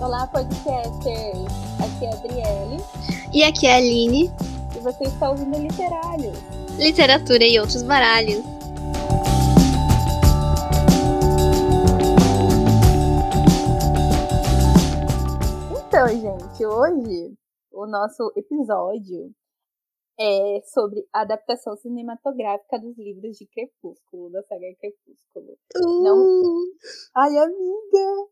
Olá, podcasters! Aqui é a Adriele. E aqui é a Aline. E você está ouvindo Literários. Literatura e outros baralhos. Então, gente, hoje o nosso episódio é sobre a adaptação cinematográfica dos livros de Crepúsculo, da saga Crepúsculo. Não... Ai, amiga!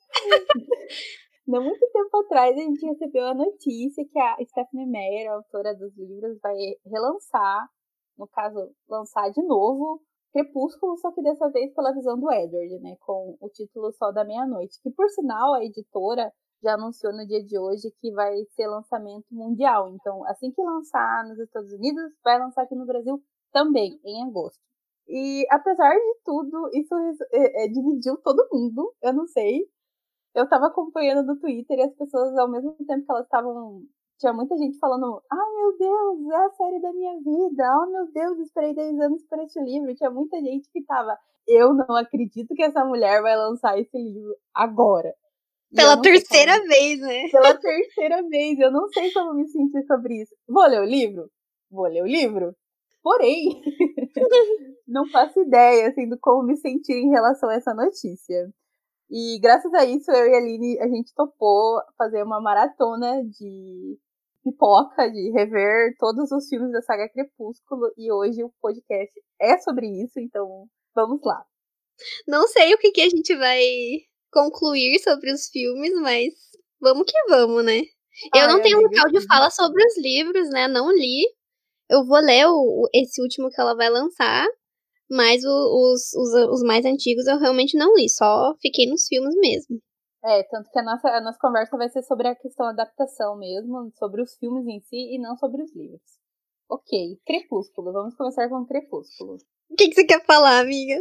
Não muito tempo atrás a gente recebeu a notícia que a Stephenie Meyer, a autora dos livros, vai relançar, no caso, lançar de novo Crepúsculo, só que dessa vez pela visão do Edward, né, com o título Sol da Meia-Noite, que por sinal a editora já anunciou no dia de hoje que vai ser lançamento mundial. Então, assim que lançar nos Estados Unidos, vai lançar aqui no Brasil também, em agosto. E apesar de tudo, isso dividiu todo mundo, eu não sei. Eu tava acompanhando no Twitter e as pessoas, ao mesmo tempo que elas estavam... Tinha muita gente falando, meu Deus, é a série da minha vida. Meu Deus, esperei 10 anos por este livro. Tinha muita gente que tava, eu não acredito que essa mulher vai lançar esse livro agora. Pela terceira vez, né? Pela terceira vez. Eu não sei como me sentir sobre isso. Vou ler o livro? Vou ler o livro. Porém, não faço ideia, assim, do como me sentir em relação a essa notícia. E graças a isso, eu e a Aline, a gente topou fazer uma maratona de pipoca, de rever todos os filmes da saga Crepúsculo. E hoje o podcast é sobre isso, então vamos lá. Não sei o que a gente vai concluir sobre os filmes, mas vamos que vamos, né? Eu não tenho local de fala sobre os livros, né? Não li. Eu vou ler esse último que ela vai lançar. Mas os mais antigos eu realmente não li, só fiquei nos filmes mesmo. Tanto que a nossa conversa vai ser sobre a questão da adaptação mesmo, sobre os filmes em si e não sobre os livros. Ok, Crepúsculo. Vamos começar com Crepúsculo. O que você quer falar, amiga?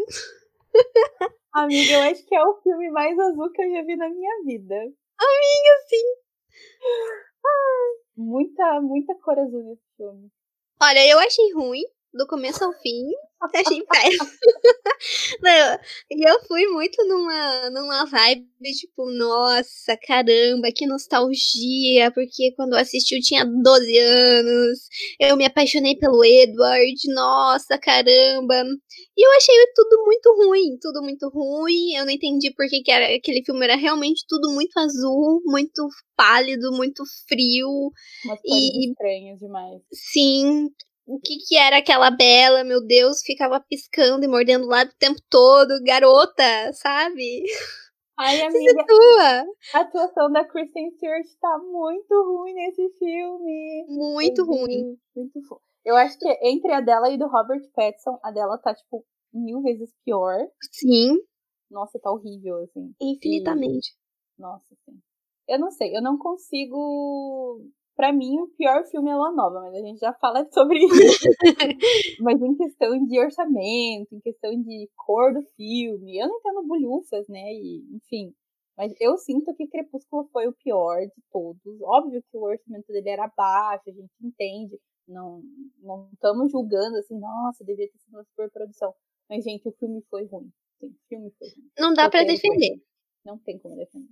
Amiga, eu acho que é o filme mais azul que eu já vi na minha vida. Amiga, sim! Muita cor azul nesse filme. Olha, eu achei ruim, do começo ao fim. Achei péssimo. E eu fui muito numa vibe, tipo, nossa, caramba, que nostalgia, porque quando eu assisti eu tinha 12 anos, eu me apaixonei pelo Edward, nossa, caramba. E eu achei tudo muito ruim, eu não entendi por que aquele filme era realmente tudo muito azul, muito pálido, muito frio. Umas cores estranhas demais. Sim. O que era aquela Bella, meu Deus, ficava piscando e mordendo o lábio o tempo todo, garota, sabe? Ai, amiga, a atuação da Kristen Stewart tá muito ruim nesse filme. Muito ruim. Muito ruim. Eu acho que entre a dela e do Robert Pattinson, a dela tá, tipo, 1000 vezes pior. Sim. Nossa, tá horrível, assim. Infinitamente. Nossa, sim. Eu não sei, eu não consigo... Pra mim, o pior filme é Lua Nova, mas a gente já fala sobre isso. Mas em questão de orçamento, em questão de cor do filme, eu não entendo bolhufas, né? E, enfim. Mas eu sinto que Crepúsculo foi o pior de todos. Óbvio que o orçamento dele era baixo, a gente entende. Não estamos julgando assim, nossa, devia ter sido uma superprodução. Mas, gente, o filme foi ruim. Sim, o filme foi ruim. Não dá pra defender. Não tem como defender.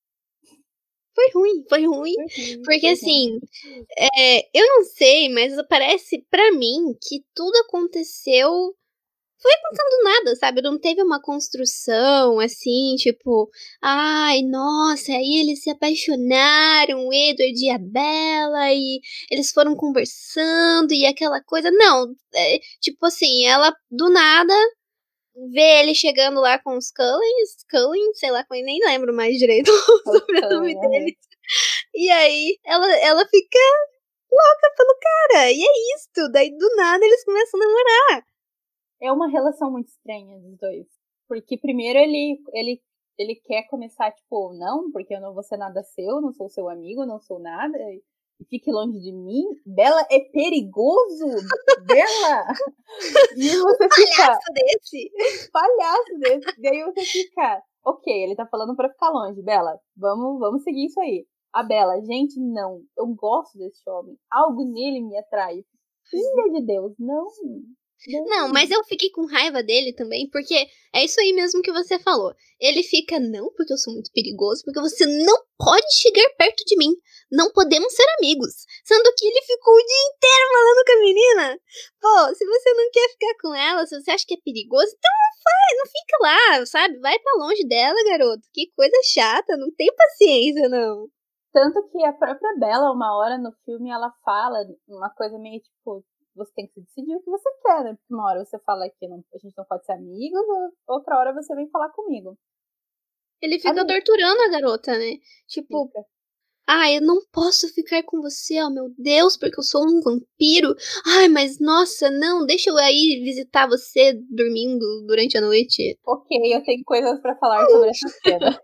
Foi ruim. Porque assim, eu não sei, mas parece pra mim que tudo aconteceu. Foi acontecendo nada, sabe? Não teve uma construção assim, tipo, ai, nossa, aí eles se apaixonaram, o Edward e a Bella, e eles foram conversando e aquela coisa. Não, tipo assim, ela do nada vê ele chegando lá com os Cullen, sei lá, eu nem lembro mais direito o sobrenome dele. E aí ela fica louca pelo cara. E é isso. Daí do nada eles começam a namorar. É uma relação muito estranha dos dois. Porque primeiro ele quer começar, tipo, não, porque eu não vou ser nada seu, não sou seu amigo, não sou nada. Fique longe de mim. Bella é perigoso. Bella! E você fica... Palhaço desse. Daí você fica... Ok, ele tá falando pra ficar longe. Bella, vamos seguir isso aí. A Bella, gente, não. Eu gosto desse homem. Algo nele me atrai. Filha de Deus, não. Não, mas eu fiquei com raiva dele também, porque é isso aí mesmo que você falou. Ele fica, não, porque eu sou muito perigoso, porque você não pode chegar perto de mim. Não podemos ser amigos. Sendo que ele ficou o dia inteiro falando com a menina. Pô, se você não quer ficar com ela, se você acha que é perigoso, então não faz, não fica lá, sabe? Vai pra longe dela, garoto. Que coisa chata, não tem paciência, não. Tanto que a própria Bella, uma hora no filme, ela fala uma coisa meio tipo, você tem que decidir o que você quer, né? Porque uma hora você fala que não, a gente não pode ser amigos, outra hora você vem falar comigo. Ele fica torturando a garota, né? Tipo, eu não posso ficar com você, oh meu Deus, porque eu sou um vampiro. Ai, mas nossa, não, deixa eu aí visitar você dormindo durante a noite. Ok, eu tenho coisas pra falar sobre essa cena.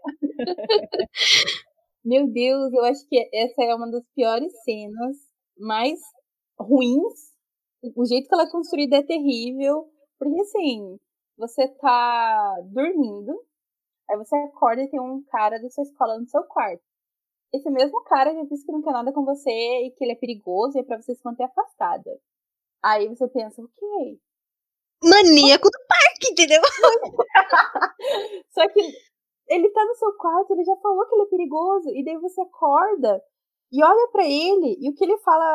Meu Deus, eu acho que essa é uma das piores cenas, mais ruins. O jeito que ela é construída é terrível. Porque assim, você tá dormindo, aí você acorda e tem um cara da sua escola no seu quarto. Esse mesmo cara já disse que não quer nada com você e que ele é perigoso e é pra você se manter afastada. Aí você pensa, ok. Maníaco do parque, entendeu? Só que ele tá no seu quarto, ele já falou que ele é perigoso, e daí você acorda e olha pra ele, e o que ele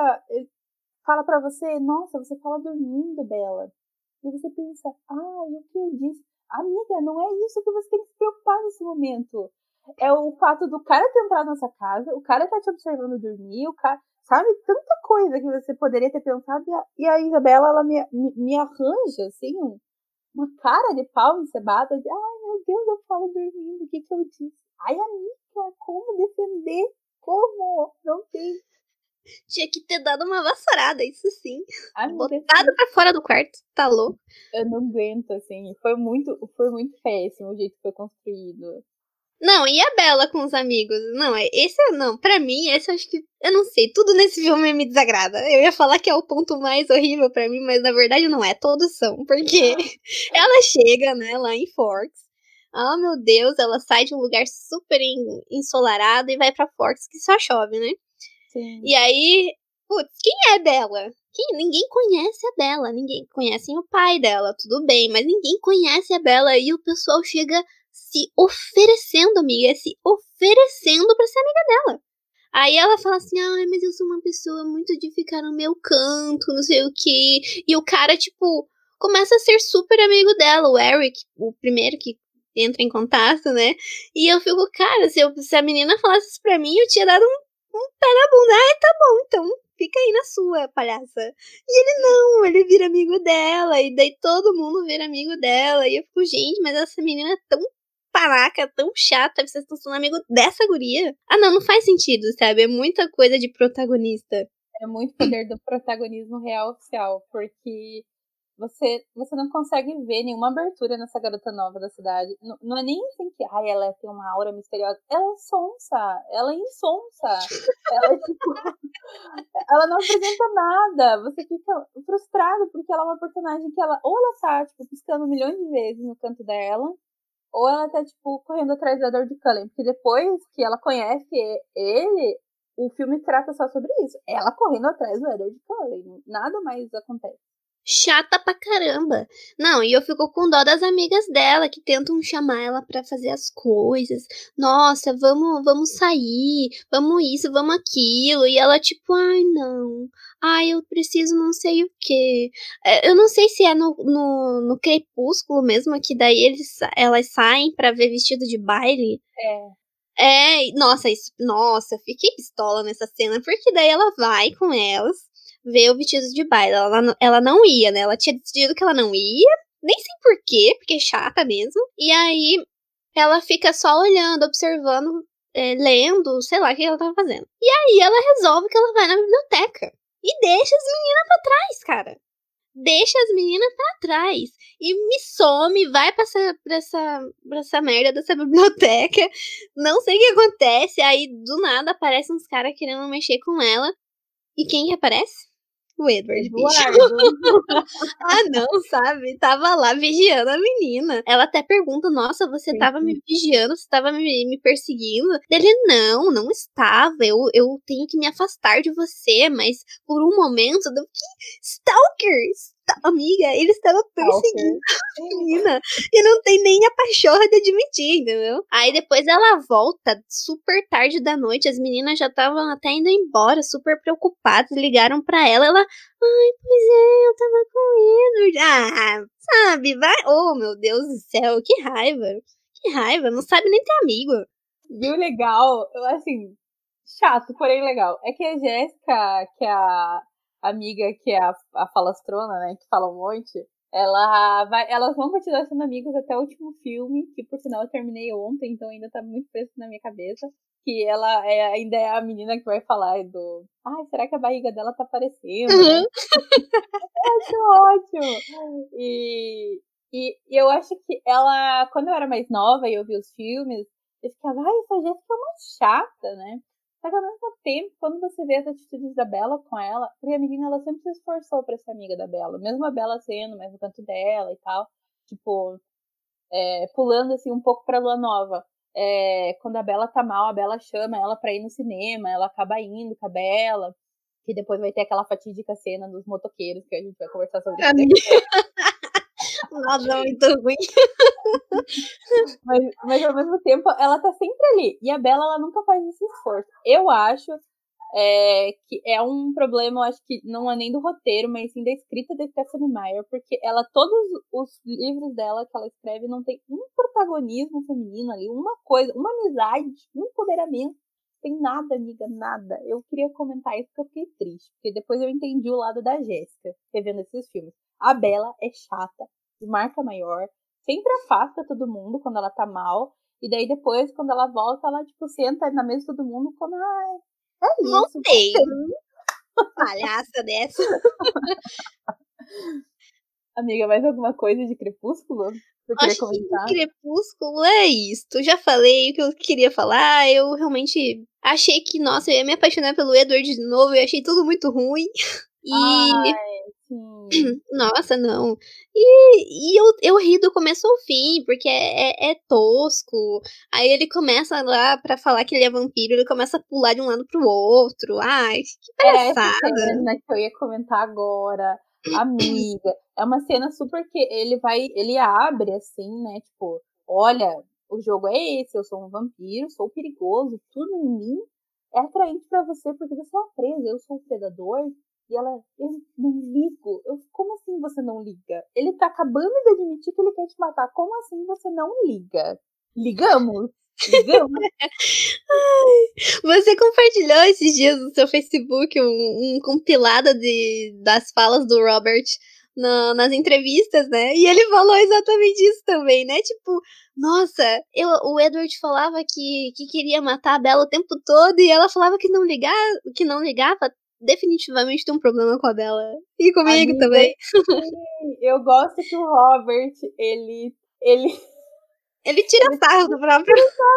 fala pra você, nossa, você fala dormindo, Bella. E você pensa, e o que eu disse? Amiga, não é isso que você tem que se preocupar nesse momento. É o fato do cara ter entrado na sua casa, o cara tá te observando dormir, o cara, sabe, tanta coisa que você poderia ter pensado, e a Isabela, ela me arranja, assim, uma cara de pau encebada, de, ai meu Deus, eu falo dormindo, o que eu disse? Ai, amiga, como defender? Como? Não tem. Tinha que ter dado uma vassourada, isso sim. Amiga, botado pra fora do quarto, tá louco? Eu não aguento, assim, foi muito péssimo o jeito que foi construído. Não, e a Bella com os amigos? Não, não, pra mim, esse eu acho que, eu não sei, tudo nesse filme me desagrada. Eu ia falar que é o ponto mais horrível pra mim, mas na verdade não é, todos são, porque ela chega, né, lá em Forks, meu Deus, ela sai de um lugar super ensolarado e vai pra Forks, que só chove, né? Sim. E aí, putz, quem é Bella? Ninguém conhece a Bella, ninguém conhece o pai dela, tudo bem, mas ninguém conhece a Bella e o pessoal chega se oferecendo, amiga, se oferecendo pra ser amiga dela. Aí ela fala assim, mas eu sou uma pessoa muito de ficar no meu canto, não sei o que. E o cara, tipo, começa a ser super amigo dela, o Eric, o primeiro que entra em contato, né? E eu fico, cara, se a menina falasse isso pra mim, eu tinha dado um pé na bunda. Tá bom, então fica aí na sua, palhaça. E ele não, ele vira amigo dela, e daí todo mundo vira amigo dela. E eu fico, gente, mas essa menina é tão panaca, tão chata, vocês estão sendo amigo dessa guria? Não faz sentido, sabe? É muita coisa de protagonista. É muito poder do protagonismo real oficial, porque você não consegue ver nenhuma abertura nessa garota nova da cidade. Não é nem assim que ela tem uma aura misteriosa. Ela é sonsa, ela é insonsa. Ela é tipo. Ela não apresenta nada. Você fica frustrado porque ela é uma personagem que ela tá, tipo, piscando milhões de vezes no canto dela, ou ela tá, tipo, correndo atrás da Edward Cullen. Porque depois que ela conhece ele, o filme trata só sobre isso. Ela correndo atrás do Edward Cullen. Nada mais acontece. Chata pra caramba. Não, e eu fico com dó das amigas dela que tentam chamar ela pra fazer as coisas. Nossa, vamos sair, vamos isso, vamos aquilo. E ela tipo, ai não, eu preciso não sei o quê. Eu não sei se é no Crepúsculo mesmo, que daí elas saem pra ver vestido de baile. Nossa, eu fiquei pistola nessa cena, porque daí ela vai com elas ver o vestido de baile. Ela não ia, né? Ela tinha decidido que ela não ia, nem sei porquê, porque é chata mesmo. E aí ela fica só olhando, observando, lendo, sei lá o que ela tava fazendo. E aí ela resolve que ela vai na biblioteca e deixa as meninas pra trás, cara. Deixa as meninas pra trás e me some, vai pra essa merda dessa biblioteca. Não sei o que acontece. Aí do nada aparecem uns caras querendo mexer com ela. E quem que aparece? O Edward, bicho. Não, sabe? Tava lá vigiando a menina. Ela até pergunta, nossa, você tava me vigiando, você tava me perseguindo? Ele, não estava. Eu tenho que me afastar de você, mas por um momento, que stalker! amiga, ele estava perseguindo a menina. E não tem nem a pachorra de admitir, entendeu? Aí depois ela volta super tarde da noite, as meninas já estavam até indo embora, super preocupadas, ligaram pra ela, ai, pois é, eu tava com o Edward. Ah, sabe, vai, oh meu Deus do céu, que raiva, não sabe nem ter amigo. E o legal, assim, chato, porém legal, é que a Jéssica, que é a amiga, que é a falastrona, né, que fala um monte, elas vão continuar sendo amigas até o último filme, que por sinal eu terminei ontem, então ainda tá muito fresco na minha cabeça, que ela ainda é a menina que vai falar ai, será que a barriga dela tá aparecendo, né? Eu acho ótimo! E eu acho que ela, quando eu era mais nova e eu vi os filmes, eu ficava, ai, essa Jéssica é uma chata, né? Só que ao mesmo tempo, quando você vê as atitudes da Bella com ela, porque a menina ela sempre se esforçou pra ser amiga da Bella, mesmo a Bella sendo mais no canto dela e tal, tipo, pulando assim um pouco pra Lua Nova. Quando a Bella tá mal, a Bella chama ela pra ir no cinema, ela acaba indo com a Bella, que depois vai ter aquela fatídica cena dos motoqueiros, que a gente vai conversar sobre isso depois. Nossa, muito ruim. Mas ao mesmo tempo, ela tá sempre ali. E a Bella, ela nunca faz esse esforço. Eu acho que é um problema, eu acho que não é nem do roteiro, mas sim da escrita da Stephenie Meyer, porque todos os livros dela que ela escreve não tem um protagonismo feminino ali, uma coisa, uma amizade, um empoderamento. Tem nada, amiga, nada. Eu queria comentar isso porque eu fiquei triste, porque depois eu entendi o lado da Jéssica, revendo esses filmes. A Bella é chata, de marca maior, sempre afasta todo mundo quando ela tá mal, e daí depois, quando ela volta, ela, tipo, senta na mesa de todo mundo como, ai, é isso. Voltei. Palhaça dessa. Amiga, mais alguma coisa de Crepúsculo? Eu queria Acho que comentar? de Crepúsculo é isto. Já falei o que eu queria falar. Eu realmente achei que, nossa, eu ia me apaixonar pelo Edward de novo. Eu achei tudo muito ruim. E. Ai, sim. Nossa, não. E eu ri do começo ao fim, porque é tosco. Aí ele começa lá pra falar que ele é vampiro, ele começa a pular de um lado pro outro. Ai, que Era essa palhaçada. cena que eu ia comentar agora. Amiga, é uma cena super que ele abre assim, né? Tipo, olha, o jogo é esse, eu sou um vampiro, sou perigoso, tudo em mim é atraente pra você porque você é a presa, eu sou o predador. E ela, eu não ligo. Como assim você não liga? Ele tá acabando de admitir que ele quer te matar. Como assim você não liga? Ligamos? Ligamos? Você compartilhou esses dias no seu Facebook um compilado das falas do Robert nas entrevistas, né? E ele falou exatamente isso também, né? Tipo, nossa, o Edward falava que queria matar a Bella o tempo todo e ela falava que não ligava. Definitivamente tem um problema com a Bella. E comigo Amiga, também. sim. Eu gosto que o Robert, ele Ele tira sarro do próprio.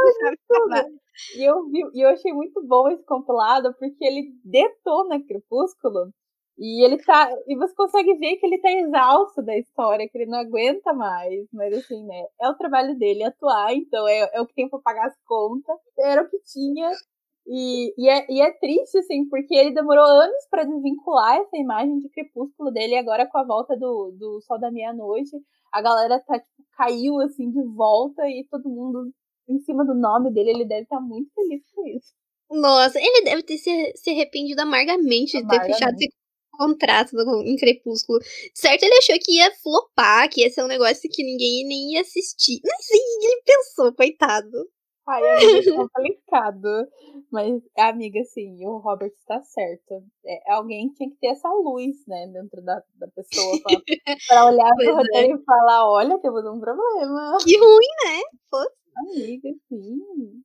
E eu achei muito bom esse compilado, porque ele detona Crepúsculo. E você consegue ver que ele tá exausto da história, que ele não aguenta mais. Mas assim, né? É o trabalho dele atuar, então é o que tem pra pagar as contas. Era o que tinha. E é triste, assim, porque ele demorou anos pra desvincular essa imagem de Crepúsculo dele, e agora com a volta do Sol da Meia-Noite, a galera tá, tipo, caiu, assim, de volta, e todo mundo em cima do nome dele, ele deve estar muito feliz com isso. Nossa, ele deve ter se arrependido amargamente de ter fechado esse contrato em Crepúsculo. Certo, ele achou que ia flopar, que ia ser um negócio que ninguém nem ia assistir. Não sei o que ele pensou, coitado. Ai, amiga, é complicado. Mas, amiga, assim, o Robert está certo. Alguém tinha que ter essa luz, né, dentro da pessoa pra olhar pro roteiro e falar, olha, temos um problema. Que ruim, né? Pô. Amiga, sim.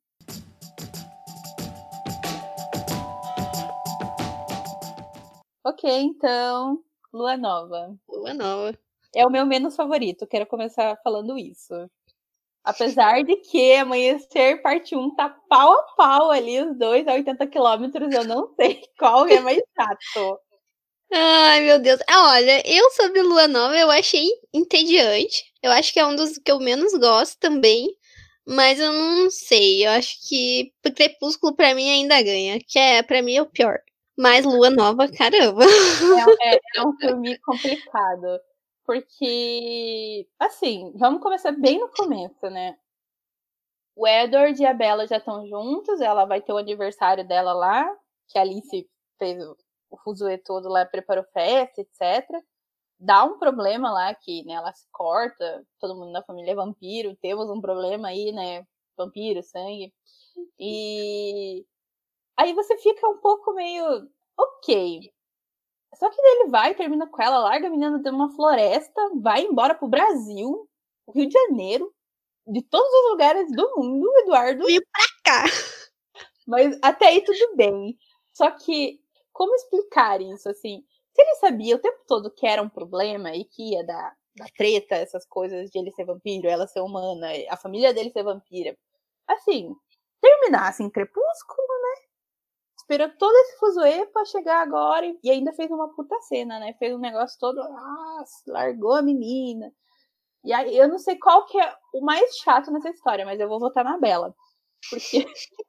Ok, então, Lua Nova. Lua Nova. É o meu menos favorito, quero começar falando isso. Apesar de que Amanhecer Parte 1 tá pau a pau ali, os dois a 80 quilômetros, eu não sei qual é mais chato. Ai, meu Deus. Olha, eu sobre Lua Nova eu achei entediante. Eu acho que é um dos que eu menos gosto também. Mas eu não sei. Eu acho que Crepúsculo pra mim ainda ganha. Que pra mim é o pior. Mas Lua Nova, caramba. É um filme complicado. Porque, assim, vamos começar bem no começo, né? O Edward e a Bella já estão juntos, ela vai ter o aniversário dela lá, que a Alice fez o fuzuê todo lá, preparou festa, etc. Dá um problema lá que, né, ela se corta, todo mundo na família é vampiro, temos um problema aí, né, vampiro, sangue. E aí você fica um pouco meio, ok. Só que daí ele vai, termina com ela, larga a menina de uma floresta, vai embora pro Brasil, Rio de Janeiro, de todos os lugares do mundo, Eduardo. Vim pra cá. Mas até aí tudo bem. Só que, como explicar isso, assim? Se ele sabia o tempo todo que era um problema e que ia dar treta, essas coisas de ele ser vampiro, ela ser humana, a família dele ser vampira. Assim, terminasse em Crepúsculo, né? Esperou todo esse fuzuê pra chegar agora e ainda fez uma puta cena, né? Fez um negócio todo, largou a menina. E aí, eu não sei qual que é o mais chato nessa história, mas eu vou votar na Bella. Porque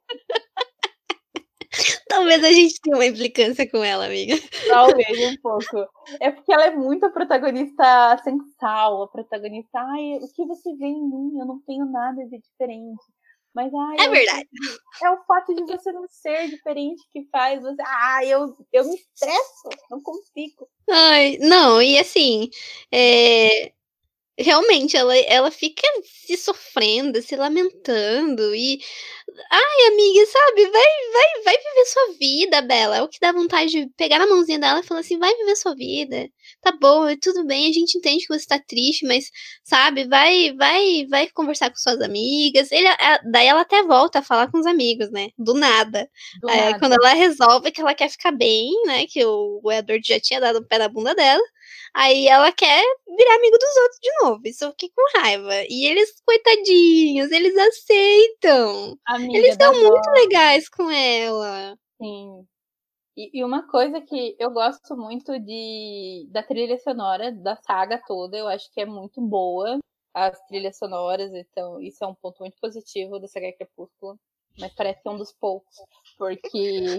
Talvez a gente tenha uma implicância com ela, amiga. talvez um pouco. É porque ela é muito a protagonista sensal, a protagonista, ai, o que você vê em mim? Eu não tenho nada de diferente. Mas, ai, É verdade. é o fato de você não ser diferente que faz você. Eu me estresso, não consigo. Ai, não, e assim, realmente ela fica se sofrendo, se lamentando e ai, amiga, sabe, vai viver sua vida, Bela. É o que dá vontade de pegar na mãozinha dela e falar assim: "Vai viver sua vida. Tá bom, tudo bem, a gente entende que você tá triste, mas, sabe, vai conversar com suas amigas". Daí ela até volta a falar com os amigos, né, do nada. Do nada. Quando ela resolve que ela quer ficar bem, né, que o Edward já tinha dado o pé na bunda dela, aí ela quer virar amigo dos outros de novo. Isso eu fiquei com raiva. E eles, coitadinhos, eles aceitam. Amiga, Eles dá são muito dó, legais com ela. sim. E uma coisa que eu gosto muito da trilha sonora da saga toda, eu acho que é muito boa as trilhas sonoras, então isso é um ponto muito positivo da saga Crepúsculo, mas parece que é um dos poucos, porque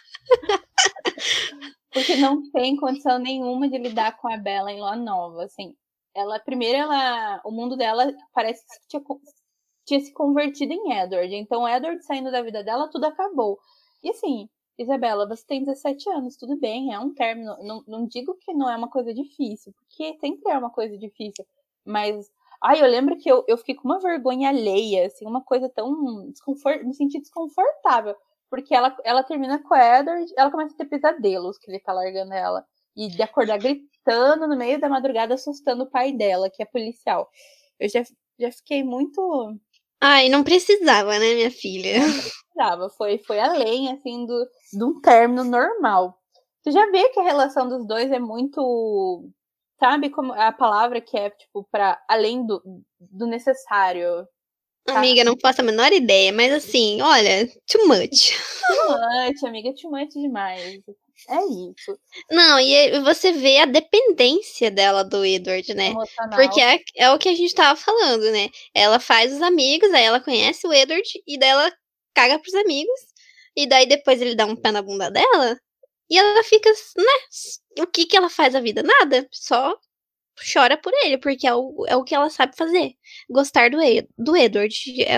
não tem condição nenhuma de lidar com a Bella em Lua Nova, assim. O mundo dela parece que tinha se convertido em Edward, então Edward saindo da vida dela, tudo acabou. E assim, Isabela, você tem 17 anos, tudo bem, é um término. Não digo que não é uma coisa difícil, porque sempre é uma coisa difícil. Mas, eu lembro que eu fiquei com uma vergonha alheia, assim, uma coisa tão me senti desconfortável. Porque ela termina com o Edward, ela começa a ter pesadelos que ele tá largando ela. E de acordar gritando no meio da madrugada, assustando o pai dela, que é policial. Eu já fiquei muito. Ai, não precisava, né, minha filha? Não precisava. Foi além, assim, de um término normal. Você já vê que a relação dos dois é muito. Sabe como a palavra que é, tipo, para além do necessário. Tá? Amiga, não faço a menor ideia, mas assim, olha, too much. Too much, amiga, too much demais. É isso. Não, e você vê a dependência dela do Edward, né? Porque Emocional. é o que a gente tava falando, né? Ela faz os amigos, aí ela conhece o Edward, e daí ela caga pros amigos, e daí depois ele dá um pé na bunda dela, e ela fica, né? O que que ela faz a vida? Nada. Só chora por ele, porque é o que ela sabe fazer. Gostar do Edward.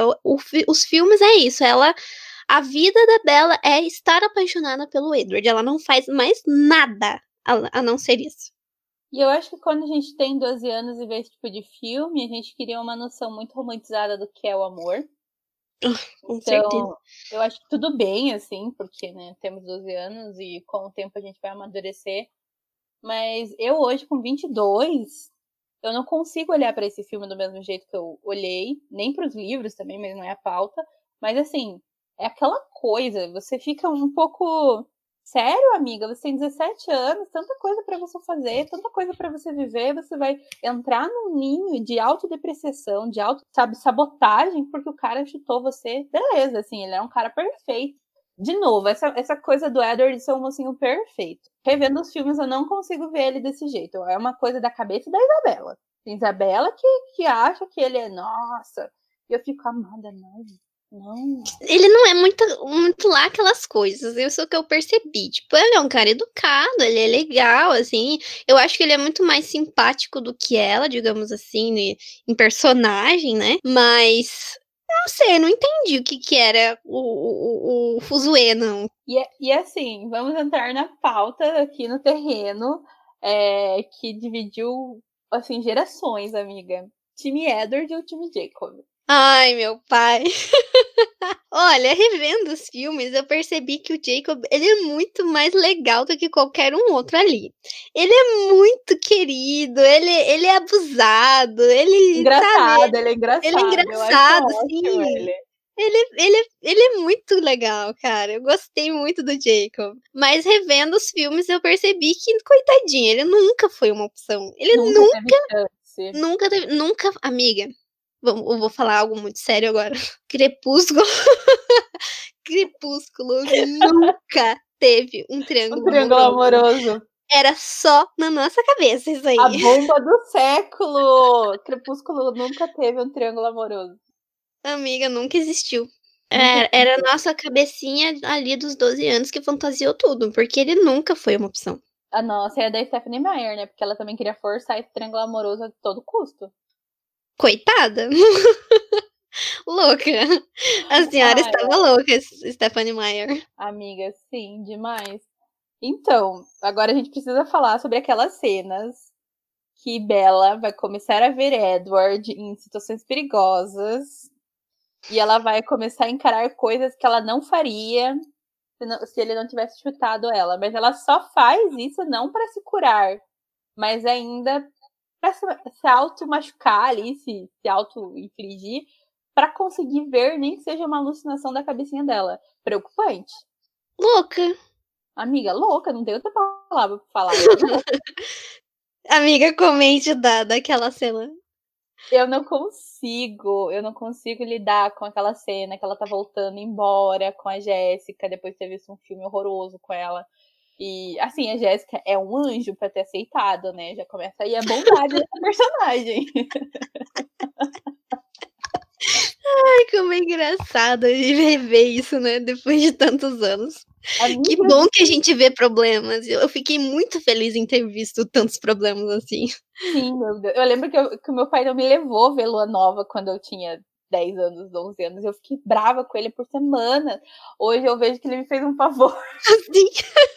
Os filmes é isso. A vida da Bella é estar apaixonada pelo Edward. Ela não faz mais nada a não ser isso. E eu acho que quando a gente tem 12 anos e vê esse tipo de filme, a gente cria uma noção muito romantizada do que é o amor. Com certeza. Então, eu acho que tudo bem, assim, porque, né, temos 12 anos e com o tempo a gente vai amadurecer. Mas eu hoje, com 22, eu não consigo olhar para esse filme do mesmo jeito que eu olhei, nem para os livros também, mas não é a pauta. Mas assim, é aquela coisa, você fica um pouco. Sério, amiga? Você tem 17 anos, tanta coisa para você fazer, tanta coisa para você viver, você vai entrar num ninho de autodepreciação, de sabotagem, porque o cara chutou você. Beleza, assim, ele é um cara perfeito. De novo, essa coisa do Edward ser um mocinho perfeito. Revendo os filmes, eu não consigo ver ele desse jeito. É uma coisa da cabeça da Isabela. Tem Isabela que acha que ele é, nossa, e eu fico amada, não. Não. Ele não é muito lá aquelas coisas, isso é o que eu percebi. Tipo, ele é um cara educado, ele é legal, assim. Eu acho que ele é muito mais simpático do que ela, digamos assim, em personagem, né? Mas, não sei, não entendi o que era o fuzuê, não. E assim, vamos entrar na pauta aqui no terreno, que dividiu, assim, gerações, amiga. Time Edward ou time Jacob? Ai, meu pai. Olha, revendo os filmes, eu percebi que o Jacob, ele é muito mais legal do que qualquer um outro ali. Ele é muito querido, ele é abusado, sabe, Ele é ele é engraçado, eu acho engraçado, ótimo sim. ele. Ele é muito legal, cara. Eu gostei muito do Jacob. Mas revendo os filmes, eu percebi que, coitadinho, ele nunca foi uma opção. Ele Nunca teve chance. nunca teve, nunca, amiga. Eu vou falar algo muito sério agora. Crepúsculo. Crepúsculo nunca teve um Um triângulo triângulo amoroso. amoroso. Era só na nossa cabeça isso aí. A bomba do século! Crepúsculo nunca teve um triângulo amoroso. Amiga, nunca existiu. Nunca Era a existiu. nossa cabecinha ali dos 12 anos que fantasiou tudo, porque ele nunca foi uma opção. A nossa é a da Stephanie Meyer, né? Porque ela também queria forçar esse triângulo amoroso a todo custo. Coitada. Louca. A senhora Ai, estava louca, Stephanie Meyer. amiga, sim, demais. Então, agora a gente precisa falar sobre aquelas cenas que Bella vai começar a ver Edward em situações perigosas e ela vai começar a encarar coisas que ela não faria se ele não tivesse chutado ela. Mas ela só faz isso não para se curar, mas ainda para se auto-machucar ali, se auto-infligir, para conseguir ver, nem que seja uma alucinação da cabecinha dela. Preocupante. Louca. Amiga, louca, não tem outra palavra pra falar. Amiga, comente daquela cena. Eu não consigo lidar com aquela cena que ela tá voltando embora com a Jéssica, depois de ter visto um filme horroroso com ela. E, assim, a Jéssica é um anjo pra ter aceitado, né? Já começa aí a bondade dessa personagem. Ai, como é engraçado rever isso, né, depois de tantos anos. Que Amiga, bom que a gente vê problemas. Eu fiquei muito feliz em ter visto tantos problemas assim. sim, meu Deus. Eu lembro que o meu pai não me levou ver Lua Nova quando eu tinha 10 anos, 11 anos. Eu fiquei brava com ele por semana. Hoje eu vejo que ele me fez um favor. Assim.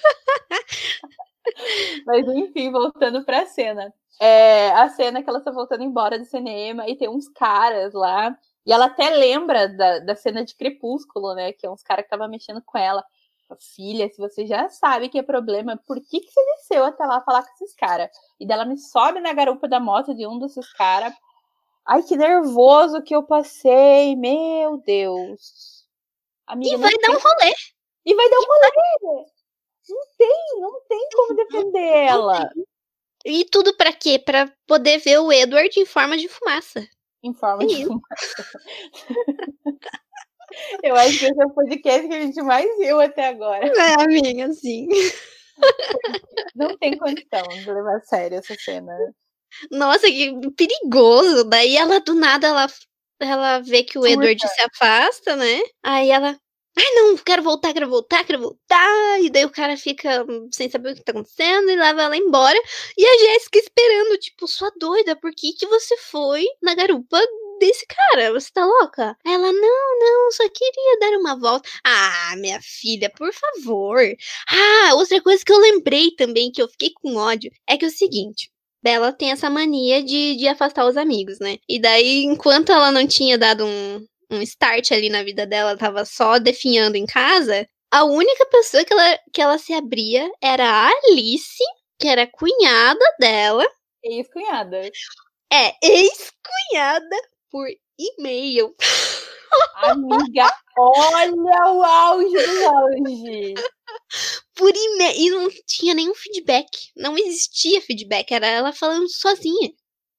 Mas enfim, voltando pra cena. A cena que ela tá voltando embora do cinema e tem uns caras lá. E ela até lembra da cena de Crepúsculo, né? Que é uns caras que estavam mexendo com ela. Filha, se você já sabe que é problema, por que você desceu até lá falar com esses caras? E dela me sobe na garupa da moto de um desses caras. Ai, que nervoso que eu passei, meu Deus. Amiga, E vai dar um rolê. E vai dar um rolê. Não tem como defender ela. E tudo pra quê? Pra poder ver o Edward em forma de fumaça. Em forma de fumaça. Eu acho que esse é o podcast que a gente mais viu até agora. É, amiga, sim. Não tem condição de levar a sério essa cena. Nossa, que perigoso. Daí ela, do nada, ela vê que o Edward se afasta, né? Aí ela, ai não, quero voltar. E daí o cara fica sem saber o que tá acontecendo e leva ela embora. E a Jéssica esperando, tipo, sua doida, por que você foi na garupa desse cara? Você tá louca? Ela, não, só queria dar uma volta. Ah, minha filha, por favor. Ah, outra coisa que eu lembrei também, que eu fiquei com ódio, é que é o seguinte. Bella tem essa mania de afastar os amigos, né? E daí, enquanto ela não tinha dado um start ali na vida dela, tava só definhando em casa, a única pessoa que ela se abria era a Alice, que era cunhada dela. Ex-cunhada. Ex-cunhada por e-mail. Amiga, olha o auge do auge. Por e-mail. E não tinha nenhum feedback. Não existia feedback. Era ela falando sozinha.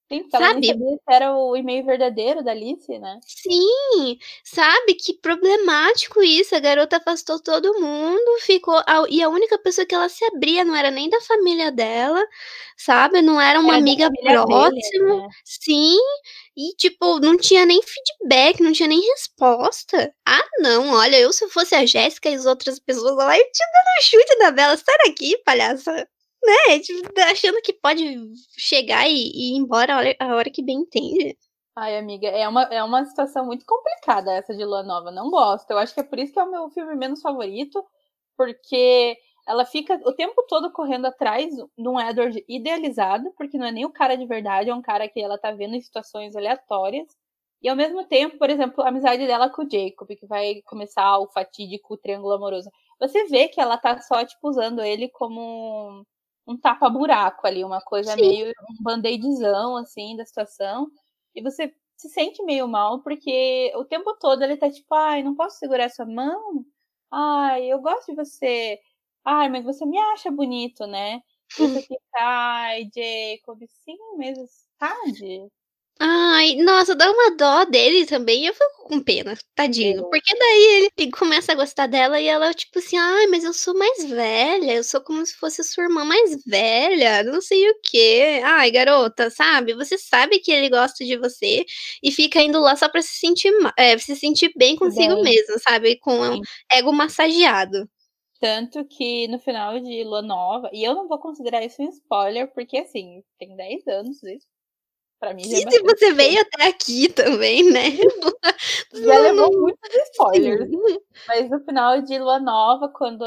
Sim, porque ela nem sabe? sabia se era o e-mail verdadeiro da Alice, né. Sim, sabe, que problemático isso, a garota afastou todo mundo, ficou a única pessoa que ela se abria não era nem da família dela, sabe, não era uma Era da amiga família dele, próxima. né. Sim, e tipo, não tinha nem feedback, não tinha nem resposta. Ah não, olha, eu se eu fosse a Jéssica e as outras pessoas lá, eu tinha dado um chute na vela, "sai daqui palhaça", né, tipo, tá achando que pode chegar e ir embora a hora que bem entende. Ai, amiga, é uma situação muito complicada essa de Lua Nova, não gosto. Eu acho que é por isso que é o meu filme menos favorito, porque ela fica o tempo todo correndo atrás de um Edward idealizado, porque não é nem o cara de verdade, é um cara que ela tá vendo em situações aleatórias. E ao mesmo tempo, por exemplo, a amizade dela com o Jacob, que vai começar o fatídico triângulo amoroso. Você vê que ela tá só, tipo, usando ele como um tapa-buraco ali, uma coisa Sim. meio um band-aidzão, assim, da situação. E você se sente meio mal, porque o tempo todo ele tá tipo, ai, não posso segurar sua mão? Ai, eu gosto de você. Ai, mas você me acha bonito, né? E você fica, ai, Jacob, sim, mas sabe? Ai, nossa, dá uma dó dele também, eu fico com pena, tadinho, Eu, porque daí ele começa a gostar dela e ela tipo assim: "Ai, mas eu sou mais velha, eu sou como se fosse sua irmã mais velha, não sei o quê". Ai, garota, sabe, você sabe que ele gosta de você e fica indo lá só pra se sentir bem tudo consigo bem. mesmo, sabe, com o Sim. ego massageado. Tanto que no final de Lua Nova, e eu não vou considerar isso um spoiler, porque assim, tem 10 anos isso, pra mim já é E se bastante você tempo. veio até aqui também, né, Já não levou não muitos spoilers. sim. Mas no final de Lua Nova, quando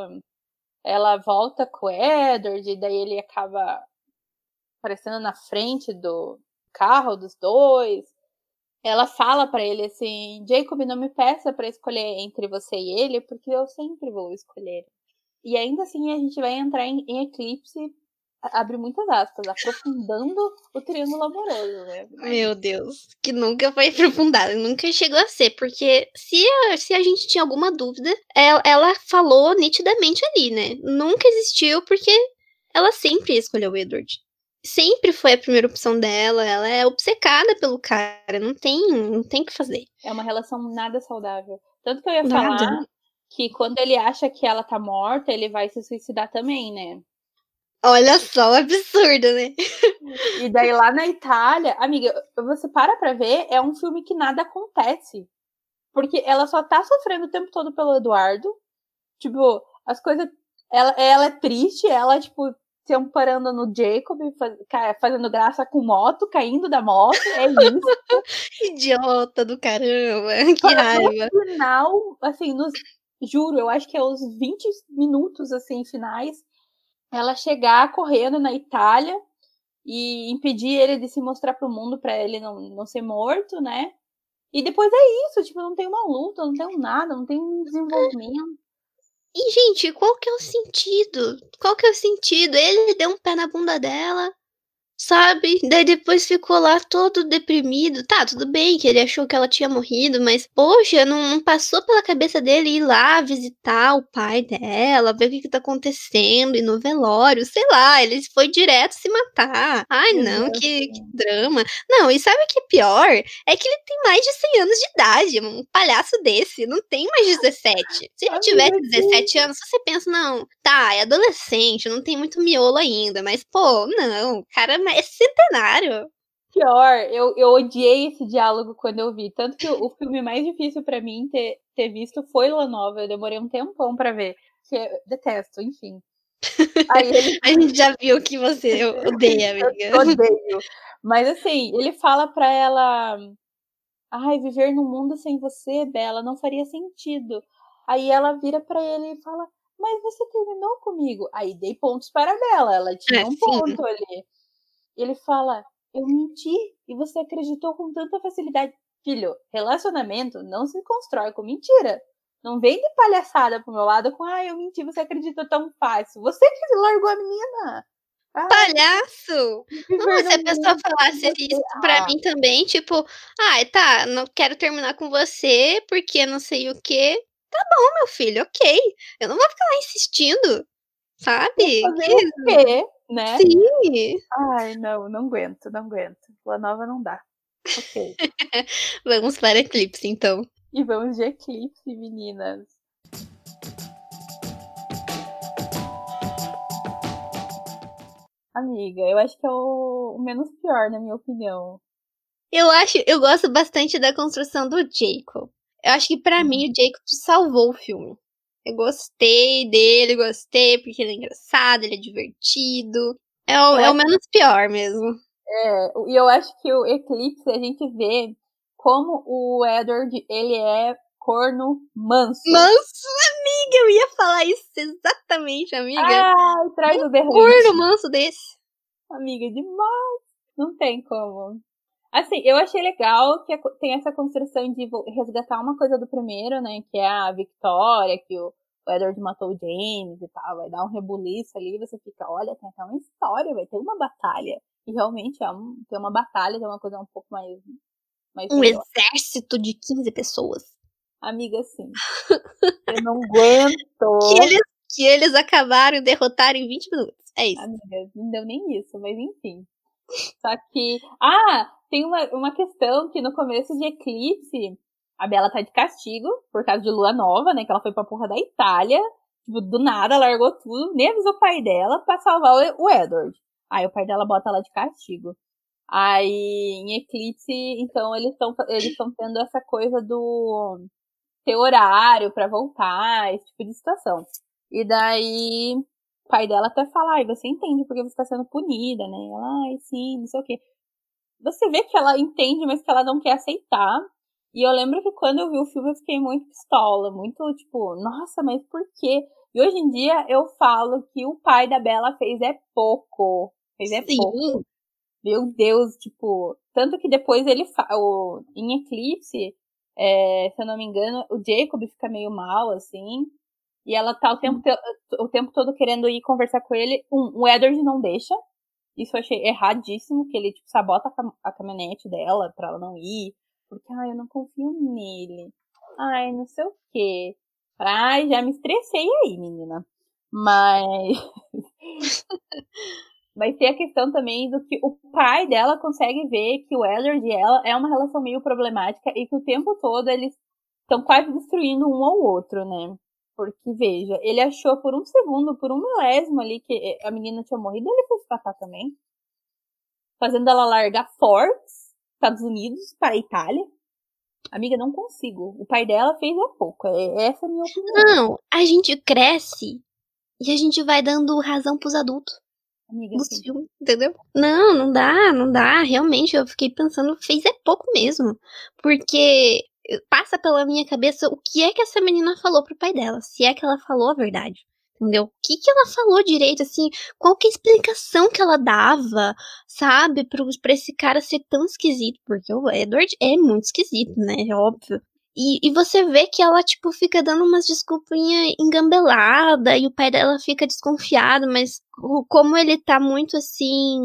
ela volta com o Edward, e daí ele acaba aparecendo na frente do carro dos dois. Ela fala pra ele assim: Jacob, não me peça pra escolher entre você e ele, porque eu sempre vou escolher. E ainda assim a gente vai entrar em eclipse, abre muitas aspas, aprofundando o triângulo amoroso, né? Mas Meu Deus, que nunca foi aprofundado, nunca chegou a ser, porque se a gente tinha alguma dúvida, ela falou nitidamente ali, né, nunca existiu, porque ela sempre escolheu o Edward. Sempre foi a primeira opção dela, ela é obcecada pelo cara, não tem o que fazer. é uma relação nada saudável. Tanto que eu ia Nada. falar que quando ele acha que ela tá morta, ele vai se suicidar também, né? Olha só o absurdo, né. E daí lá na Itália, amiga, você para pra ver, é um filme que nada acontece. Porque ela só tá sofrendo o tempo todo pelo Eduardo. Tipo, as coisas. Ela é triste, ela, tipo, se amparando no Jacob, fazendo graça com moto, caindo da moto, é isso. Idiota do caramba, que Para no raiva. final, assim, juro, eu acho que é os 20 minutos, assim, finais, ela chegar correndo na Itália e impedir ele de se mostrar pro mundo pra ele não ser morto, né? E depois é isso, tipo, não tem uma luta, não tem um nada, não tem um desenvolvimento. E gente, qual que é o sentido? Qual que é o sentido? Ele deu um pé na bunda dela. Sabe, daí depois ficou lá todo deprimido. Tá, tudo bem que ele achou que ela tinha morrido, mas poxa, não passou pela cabeça dele ir lá visitar o pai dela, ver o que que tá acontecendo, ir no velório, sei lá, ele foi direto se matar. Ai não, que Exato. drama. Não, e sabe o que é pior? É que ele tem mais de 100 anos de idade, um palhaço desse, não tem mais 17. Se ele tivesse Amiga, sim. 17 anos, você pensa: "Não, tá, é adolescente, não tem muito miolo ainda", mas pô, não, o cara é centenário. Pior, eu odiei esse diálogo quando eu vi. Tanto que o filme mais difícil pra mim ter visto foi La Nova. Eu demorei um tempão pra ver. Que eu detesto, enfim. Aí ele A gente já viu que você odeia, eu amiga. odeio. Mas assim, ele fala pra ela: Ai, viver num mundo sem você, Bela, não faria sentido. Aí ela vira pra ele e fala: Mas você terminou comigo. Aí dei pontos para a Bela, ela É, tinha um sim. ponto ali. Ele fala: Eu menti e você acreditou com tanta facilidade. Filho, relacionamento não se constrói com mentira. Não vem de palhaçada pro meu lado com: Ah, eu menti, você acreditou tão fácil. Você que largou a menina. Ai, Palhaço! Não, viver mas se a num pessoa mundo sem falasse você. isso pra Ah, mim também, tipo: "Ai, tá, não quero terminar com você, porque não sei o quê", tá bom, meu filho, ok. Eu não vou ficar lá insistindo, vou sabe. fazer o quê? né? Sim! Ai, não aguento, não aguento. Lua Nova não dá. Ok. Vamos para Eclipse, então. E vamos de Eclipse, meninas. Amiga, eu acho que é o menos pior, na minha opinião. Eu gosto bastante da construção do Jacob. Eu acho que pra mim o Jacob salvou o filme. Eu gostei dele, gostei porque ele é engraçado, ele é divertido. Eu É o acho, menos pior mesmo. e eu acho que o Eclipse a gente vê como o Edward, ele é corno manso. Manso, amiga, eu ia falar isso exatamente, amiga. Ai, traz o Corno berrante. manso desse. Amiga, demais. Não tem como. Assim, eu achei legal que tem essa construção de resgatar uma coisa do primeiro, né? Que é a Victoria, que o Edward matou o James e tal. Vai dar um rebuliço ali, você fica, olha, tem até uma história, vai ter uma batalha. E realmente tem uma batalha, tem uma coisa um pouco mais Um legal. exército de 15 pessoas. Amiga, assim, eu não aguento. Que eles, que eles acabaram e derrotaram em 20 minutos. É isso. Amiga, não deu nem isso, mas enfim. Só que. Tem uma questão que no começo de Eclipse, a Bella tá de castigo por causa de Lua Nova, né? Que ela foi pra porra da Itália. Tipo, do nada, largou tudo, nem avisou o pai dela pra salvar o Edward. Aí o pai dela bota ela de castigo. Aí em Eclipse, então eles estão tendo essa coisa do ter horário pra voltar, esse tipo de situação. E daí o pai dela até fala, ai, você entende porque você tá sendo punida, né? Ela, ai, sim, não sei o quê. Você vê que ela entende, mas que ela não quer aceitar. E eu lembro que quando eu vi o filme eu fiquei muito pistola, muito tipo, nossa, mas por quê? E hoje em dia eu falo que o pai da Bella fez é pouco. Fez é pouco. Sim. Meu Deus, tipo. Tanto que depois em Eclipse, se eu não me engano, o Jacob fica meio mal, assim. E ela tá o tempo todo querendo ir conversar com ele. O Edward não deixa. Isso eu achei erradíssimo, que ele, tipo, sabota a caminhonete dela pra ela não ir. Porque, ai, eu não confio nele. Ai, não sei o quê. Ai, já me estressei aí, menina. Mas Mas tem a questão também do que o pai dela consegue ver que o Edward e ela é uma relação meio problemática e que o tempo todo eles estão quase destruindo um ao outro, né? Porque, veja, ele achou por um segundo, por um milésimo ali que a menina tinha morrido, ele foi se matar também. Fazendo ela largar Forks, Estados Unidos, para a Itália. Amiga, não consigo. O pai dela fez há pouco. Essa é a minha opinião. Não, a gente cresce e a gente vai dando razão pros adultos. Amiga, Dos sim. filmes, entendeu? Não dá, não dá. Realmente, eu fiquei pensando, fez é pouco mesmo. Porque passa pela minha cabeça o que é que essa menina falou pro pai dela. Se é que ela falou a verdade. Entendeu? O que ela falou direito, assim? Qual que é a explicação que ela dava, sabe? Pra esse cara ser tão esquisito. Porque o Edward é muito esquisito, né? É óbvio. E você vê que ela, tipo, fica dando umas desculpinhas engambelada e o pai dela fica desconfiado, mas como ele tá muito, assim,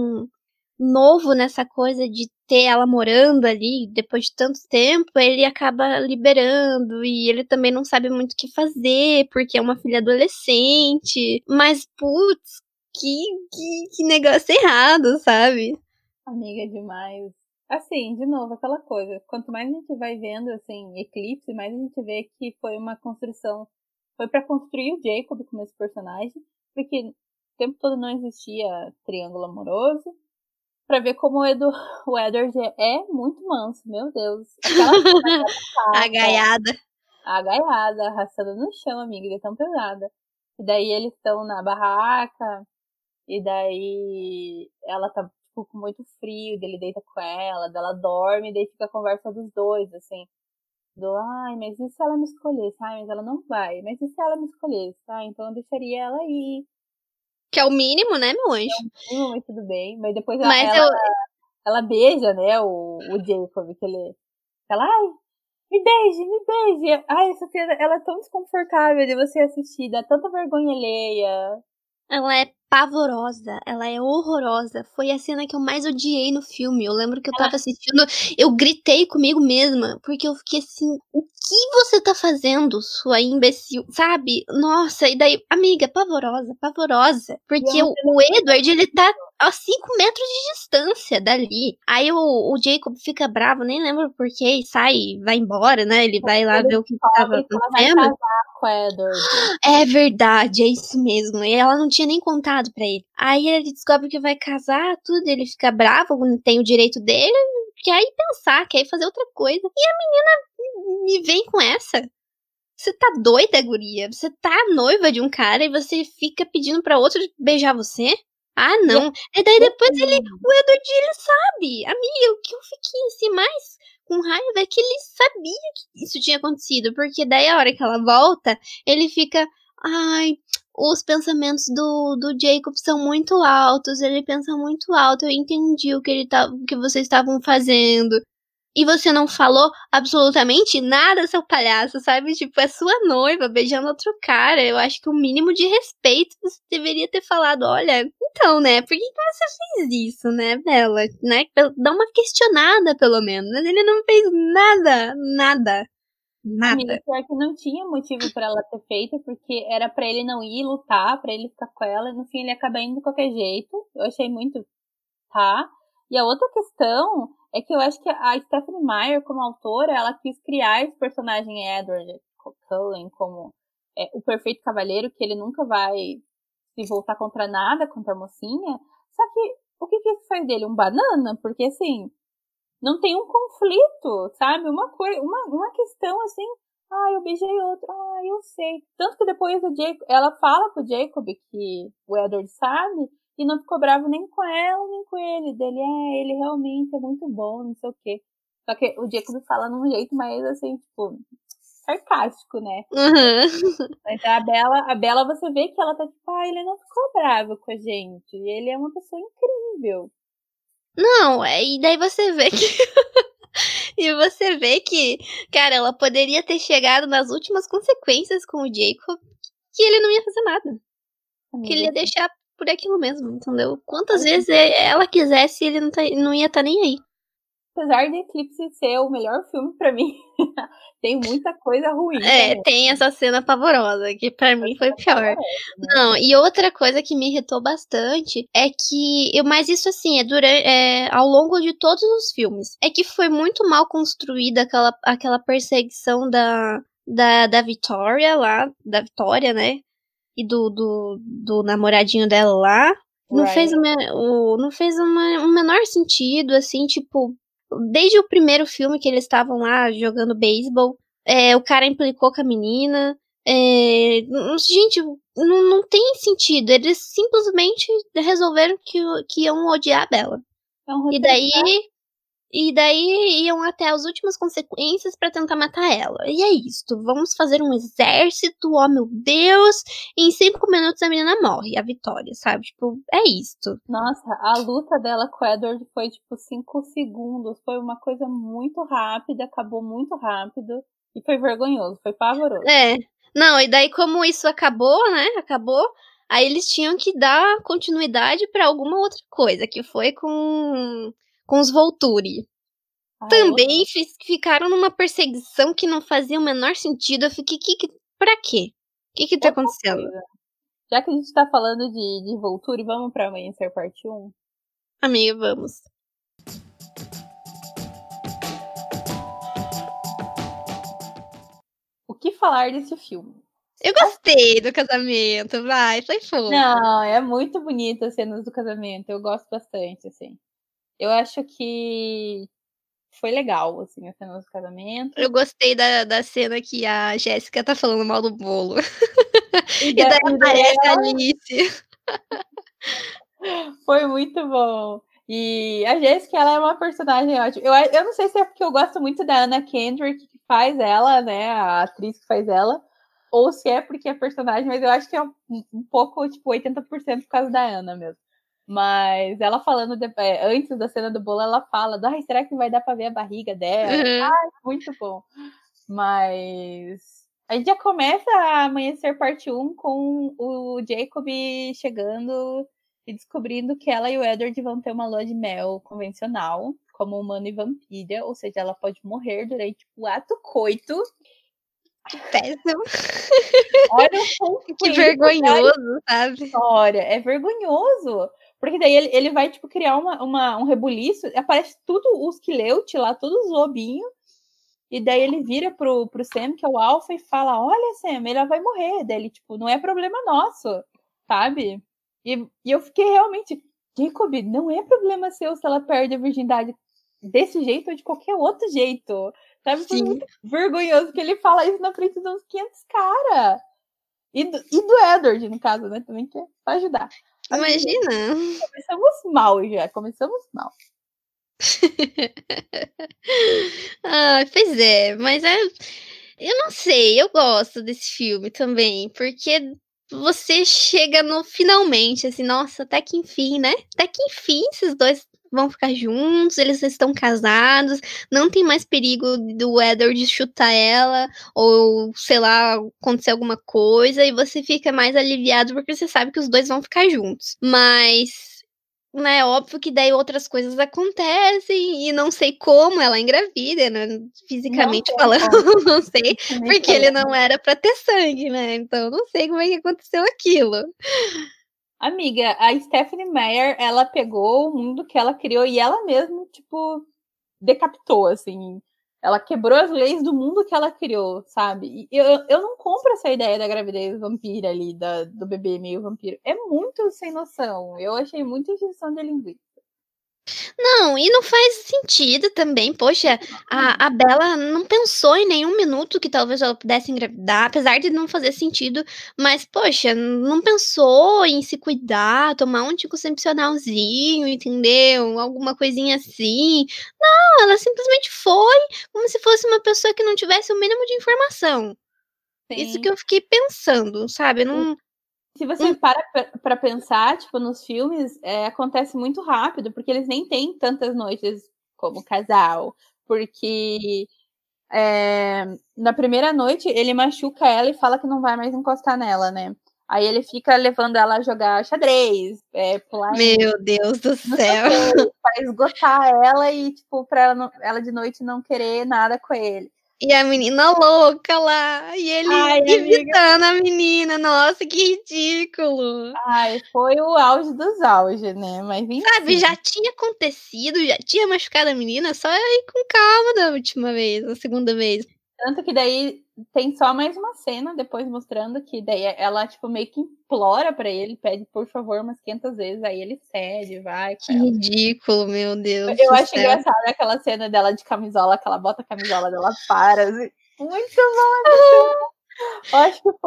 novo nessa coisa de ter ela morando ali depois de tanto tempo, ele acaba liberando e ele também não sabe muito o que fazer, porque é uma filha adolescente. Mas, putz, que negócio errado, sabe? Amiga, demais. Assim, de novo, aquela coisa. Quanto mais a gente vai vendo, assim, Eclipse, mais a gente vê que foi uma construção. Foi pra construir o Jacob como esse personagem, porque o tempo todo não existia triângulo amoroso. Pra ver como o Edward é muito manso, meu Deus. Aquela A faca, gaiada. a gaiada, arrastando no chão, amiga, ele é tão pesada. E daí eles estão na barraca, e daí ela tá, tipo, com muito frio, dele deita com ela, dela dorme, e daí fica a conversa dos dois, assim. Ai, mas e se ela me escolhesse? Ai, mas ela não vai. Mas e se ela me escolhesse? Ah, então eu deixaria ela ir. Que é o mínimo, né, meu anjo? Mas tudo bem. Mas depois Mas eu, ela beija, né, o Jacob, que ele. Ela, ai, me beije, me beije. Ai, ela é tão desconfortável de você assistir, dá tanta vergonha alheia. ela é pavorosa, ela é horrorosa. Foi a cena que eu mais odiei no filme. Eu lembro que eu estava assistindo, eu gritei comigo mesma, porque eu fiquei assim: "O que você tá fazendo, sua imbecil?", sabe. Nossa, e daí amiga, pavorosa, pavorosa, porque o Edward ele tá a 5 metros de distância dali. Aí o Jacob fica bravo, nem lembro por quê, e sai, vai embora, né, ele vai lá ver o que estava Descobre que ela vai acontecendo. casar com o Edward. É verdade, é isso mesmo. E ela não tinha nem contado pra ele. Aí ele descobre que vai casar, tudo, ele fica bravo, não tem o direito dele, quer ir pensar, quer ir fazer outra coisa. E a menina me vem com essa. Você tá doida, guria? Você tá noiva de um cara e você fica pedindo pra outro beijar você? Ah, não. E daí depois o Edward, ele sabe. Amiga, o que eu fiquei assim mais com raiva é que ele sabia que isso tinha acontecido, porque daí a hora que ela volta, ele fica: "Ai, os pensamentos do Jacob são muito altos, ele pensa muito alto, eu entendi o que vocês estavam fazendo". E você não falou absolutamente nada, seu palhaço, sabe? Tipo, é sua noiva beijando outro cara. Eu acho que o mínimo de respeito você deveria ter falado: "Olha, então, né, por que que você fez isso, né, Bella?", né? Dá uma questionada, pelo menos. Mas ele não fez nada, nada, Amiga, nada. pior que não tinha motivo pra ela ter feito, porque era pra ele não ir lutar, pra ele ficar com ela, e no fim ele acaba indo de qualquer jeito. Eu achei muito, tá? E a outra questão é que eu acho que a Stephenie Meyer, como autora, ela quis criar esse personagem Edward Cullen como o perfeito cavaleiro, que ele nunca vai se voltar contra nada, contra a mocinha. Só que o que isso faz dele? Um banana? Porque assim, não tem um conflito, sabe? Uma questão assim, eu beijei outro, eu sei. Tanto que depois ela fala pro Jacob que o Edward sabe, e não ficou bravo nem com ela, nem com ele. Ele realmente é muito bom, não sei o quê. Só que o Jacob fala num jeito mais assim, tipo, sarcástico, né? Uhum. Mas a Bella você vê que ela tá tipo, ele não ficou bravo com a gente. Ele é uma pessoa incrível. Não, e daí você vê que e você vê que, cara, ela poderia ter chegado nas últimas consequências com o Jacob, que ele não ia fazer nada. Que ele Amiga, ia assim, deixar por aquilo mesmo, entendeu? Quantas vezes ela quisesse, ele não ia estar nem aí. apesar de Eclipse ser o melhor filme pra mim, tem muita coisa ruim É, também. tem essa cena pavorosa, que pra mim foi pior. Né? Não, e outra coisa que me irritou bastante é que mas isso assim, ao longo de todos os filmes, é que foi muito mal construída aquela perseguição da Victoria lá, da Victoria, né, e do namoradinho dela lá. Não fez Ryan. não fez o menor sentido, assim, tipo, desde o primeiro filme que eles estavam lá jogando beisebol, o cara implicou com a menina. Gente, não tem sentido. Eles simplesmente resolveram que iam odiar a Bella. É um E roteiro daí e daí iam até as últimas consequências pra tentar matar ela. E é isto, vamos fazer um exército, oh meu Deus, em 5 minutos a menina morre, a Vitória, sabe, tipo, é isto. Nossa, a luta dela com o Edward foi tipo 5 segundos. Foi uma coisa muito rápida, acabou muito rápido. E foi vergonhoso, foi pavoroso. É. Não, e daí como isso acabou, né, aí eles tinham que dar continuidade pra alguma outra coisa, que foi com os Volturi. Outra Também ficaram numa perseguição que não fazia o menor sentido, eu fiquei: "Pra quê? Que tá outra acontecendo?". coisa. Já que a gente tá falando de Volturi, vamos pra Amanhecer Parte 1? Amiga, vamos. O que falar desse filme? Eu gostei do casamento, vai, foi fofo. Não, é muito bonita as cenas do casamento. Eu gosto bastante, assim. Eu acho que foi legal, assim, as cenas do casamento. Eu gostei da cena que a Jéssica tá falando mal do bolo. E, E daí e daí aparece a Alice. foi muito bom. E a Jéssica, ela é uma personagem ótima. Eu não sei se é porque eu gosto muito da Anna Kendrick, que faz ela, né? A atriz que faz ela. Ou se é porque é personagem, mas eu acho que é um pouco, tipo, 80% por causa da Ana mesmo. Mas ela falando, antes da cena do bolo, ela fala, será que vai dar pra ver a barriga dela? Uhum. Muito bom. Mas A gente já começa a Amanhecer parte 1 com o Jacob chegando e descobrindo que ela e o Edward vão ter uma lua de mel convencional, como humana e vampira, ou seja, ela pode morrer durante o ato coito. Que péssimo. Olha o conflito que vergonhoso, sabe? História. É vergonhoso. Porque daí ele vai, tipo, criar um rebuliço, aparece tudo os Quileute lá, todos os lobinhos, e daí ele vira pro Sam, que é o Alpha, e fala, olha, Sam, ele vai morrer. Daí ele, tipo, não é problema nosso, sabe? E eu fiquei realmente, Jacob, não é problema seu se ela perde a virgindade desse jeito ou de qualquer outro jeito. Sabe? Foi muito vergonhoso que ele fala isso na frente de uns 500 caras. E do Edward, no caso, né? Também que é pra ajudar. Imagina. Começamos mal já, começamos mal. Pois é, mas eu não sei, eu gosto desse filme também, porque você chega no finalmente, assim, nossa, até que enfim, né? Até que enfim esses dois vão ficar juntos, eles estão casados, não tem mais perigo do Edward chutar ela, ou, sei lá, acontecer alguma coisa, e você fica mais aliviado porque você sabe que os dois vão ficar juntos. Mas né, óbvio que daí outras coisas acontecem e não sei como ela engravida, né, fisicamente falando, não sei, porque ele não era pra ter sangue, né, então não sei como é que aconteceu aquilo. Amiga, a Stephenie Meyer, ela pegou o mundo que ela criou e ela mesma, tipo, decapitou, assim. Ela quebrou as leis do mundo que ela criou, sabe? E eu não compro essa ideia da gravidez vampira ali, do bebê meio vampiro. É muito sem noção. Eu achei muita injeção de linguiça. Não, e não faz sentido também, poxa, a Bella não pensou em nenhum minuto que talvez ela pudesse engravidar, apesar de não fazer sentido, mas poxa, não pensou em se cuidar, tomar um anticoncepcionalzinho, entendeu? Alguma coisinha assim. Não, ela simplesmente foi como se fosse uma pessoa que não tivesse o mínimo de informação. Isso Sim. que eu fiquei pensando, sabe? Não, Se você para pensar, tipo, nos filmes, acontece muito rápido, porque eles nem têm tantas noites como casal. Porque na primeira noite ele machuca ela e fala que não vai mais encostar nela, né? Aí ele fica levando ela a jogar xadrez, pular meu Deus do não sei o céu. que, pra esgotar ela e, tipo, pra ela de noite não querer nada com ele. E a menina louca lá, e ele Ai, amiga. evitando a menina, nossa, que ridículo. Ai, foi o auge dos auges, né? Mas Sabe, enfim. já tinha acontecido, já tinha machucado a menina, só ir com calma da última vez, da segunda vez. Tanto que daí tem só mais uma cena depois mostrando que daí ela, tipo, meio que implora pra ele, pede por favor umas 500 vezes, aí ele cede, vai com Que ela. ridículo, meu Deus Eu do acho céu. engraçado aquela cena dela de camisola, que ela bota a camisola dela para, assim. Muito bom! Eu acho que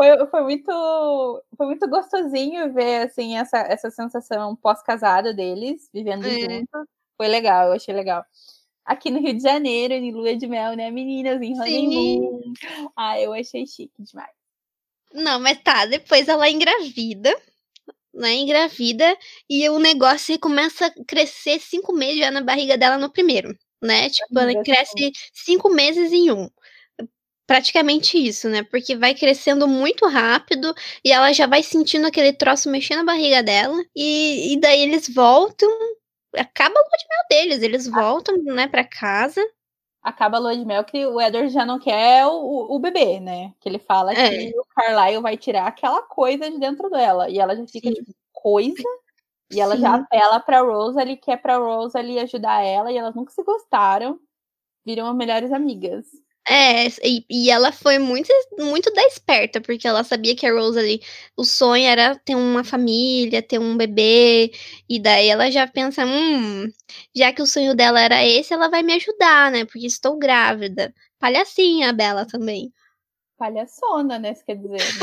foi muito gostosinho ver, assim, essa sensação pós-casada deles, vivendo juntos. Foi legal, eu achei legal. Aqui no Rio de Janeiro, em lua de mel, né, meninas, em Sim. honeymoon. Ah, eu achei chique demais. Não, mas tá, depois ela engravida, né, engravida, e o negócio começa a crescer 5 meses já na barriga dela no primeiro, né, tipo, ela Amiga, cresce 5 meses em 1. Praticamente isso, né, porque vai crescendo muito rápido e ela já vai sentindo aquele troço mexer na barriga dela, e daí eles voltam, acaba a lua de mel deles, eles voltam, né, pra casa. acaba a lua de mel que o Edward já não quer o bebê, né? Que ele fala que É, o Carlyle vai tirar aquela coisa de dentro dela. E ela já fica, sim, tipo, coisa? E ela já sim. apela pra Rosalie, quer pra Rosalie ajudar ela, e elas nunca se gostaram, viram as melhores amigas. É, e ela foi muito da esperta, porque ela sabia que a Rosalie, o sonho era ter uma família, ter um bebê, e daí ela já pensa, já que o sonho dela era esse, ela vai me ajudar, né, porque estou grávida. Palhacinha a Bella também. Palhaçona, né? Isso quer dizer,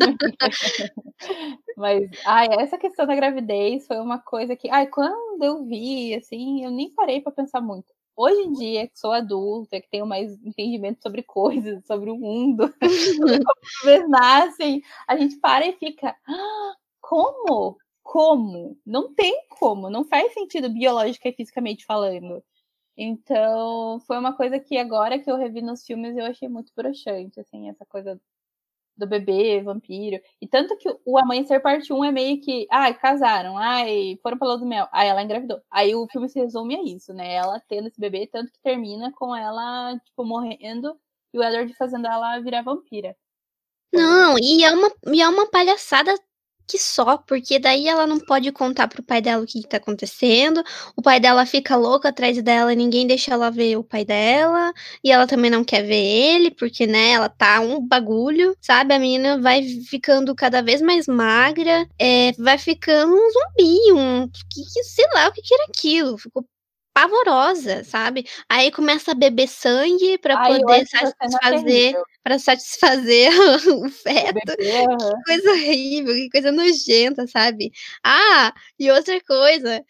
mas ai, essa questão da gravidez foi uma coisa que, ai, quando eu vi, assim, eu nem parei para pensar muito. Hoje em dia, que sou adulta, que tenho mais entendimento sobre coisas, sobre o mundo, sobre como os bebês nascem, a gente para e fica, como? Como? Não tem como, não faz sentido biológica e fisicamente falando. Então, foi uma coisa que agora que eu revi nos filmes eu achei muito broxante, assim, essa coisa do bebê vampiro. E tanto que o Amanhecer Parte 1 é meio que, casaram, foram pra lua do mel, aí ela engravidou. Aí o filme se resume a isso, né? Ela tendo esse bebê, tanto que termina com ela, tipo, morrendo e o Edward fazendo ela virar vampira. Não, e é uma palhaçada que só, porque daí ela não pode contar pro pai dela o que tá acontecendo, o pai dela fica louco atrás dela, ninguém deixa ela ver o pai dela, e ela também não quer ver ele, porque, né, ela tá um bagulho, sabe? A menina vai ficando cada vez mais magra, vai ficando um zumbi, sei lá o que era aquilo, ficou pavorosa, sabe? Aí começa a beber sangue pra Ai, eu poder acho essa cena terrível. satisfazer o O feto. bebê, Que coisa horrível, que coisa nojenta, sabe. Ah, e outra coisa,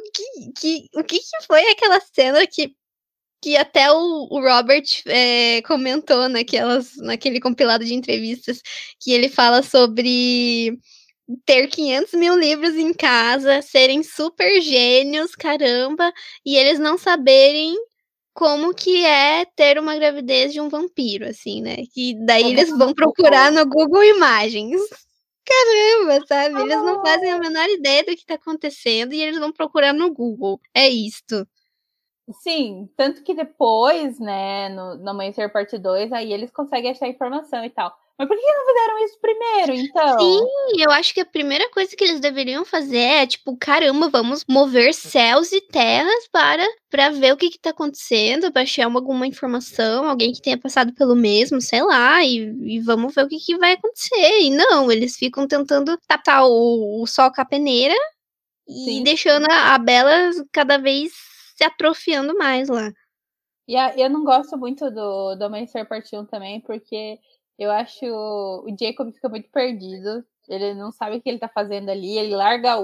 o que foi aquela cena que até o Robert, comentou naquele compilado de entrevistas, que ele fala sobre ter 500.000 livros em casa, serem super gênios, caramba, e eles não saberem como que é ter uma gravidez de um vampiro, assim, né, que daí eles jogando vão no Google. procurar no Google Imagens. Caramba, sabe, eles não fazem a Ah, menor ideia do que tá acontecendo e eles vão procurar no Google, é isto. sim, tanto que depois, né, no Amanhecer Parte 2, aí eles conseguem achar informação e tal. Mas por que não fizeram isso primeiro, Sim, então? eu acho que a primeira coisa que eles deveriam fazer é, tipo, caramba, vamos mover céus e terras para ver o que que tá acontecendo, pra achar alguma informação, alguém que tenha passado pelo mesmo, sei lá, e vamos ver o que que vai acontecer. E não, eles ficam tentando tapar o sol com a peneira e Sim. deixando a Bella cada vez se atrofiando mais lá. Eu não gosto muito do Amanhecer Parte 1 também, porque eu acho o Jacob fica muito perdido. Ele não sabe o que ele tá fazendo ali. Ele larga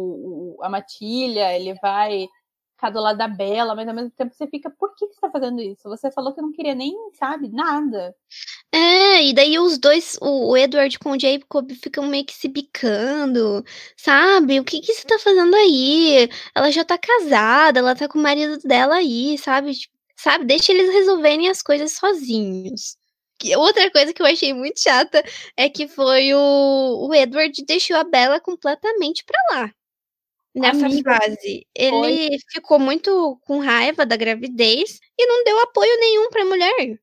a matilha, ele vai ficar do lado da Bella, mas ao mesmo tempo você fica, por que você tá fazendo isso? Você falou que não queria nem, sabe, nada. É, e daí os dois, o Edward com o Jacob ficam meio que se bicando, sabe? O que que você tá fazendo aí? Ela já tá casada, ela tá com o marido dela aí, sabe? Tipo, sabe? Deixa eles resolverem as coisas sozinhos. Outra coisa que eu achei muito chata é que foi o Edward deixou a Bella completamente pra lá nessa Amiga, fase. foi. Ele ficou muito com raiva da gravidez e não deu apoio nenhum pra mulher.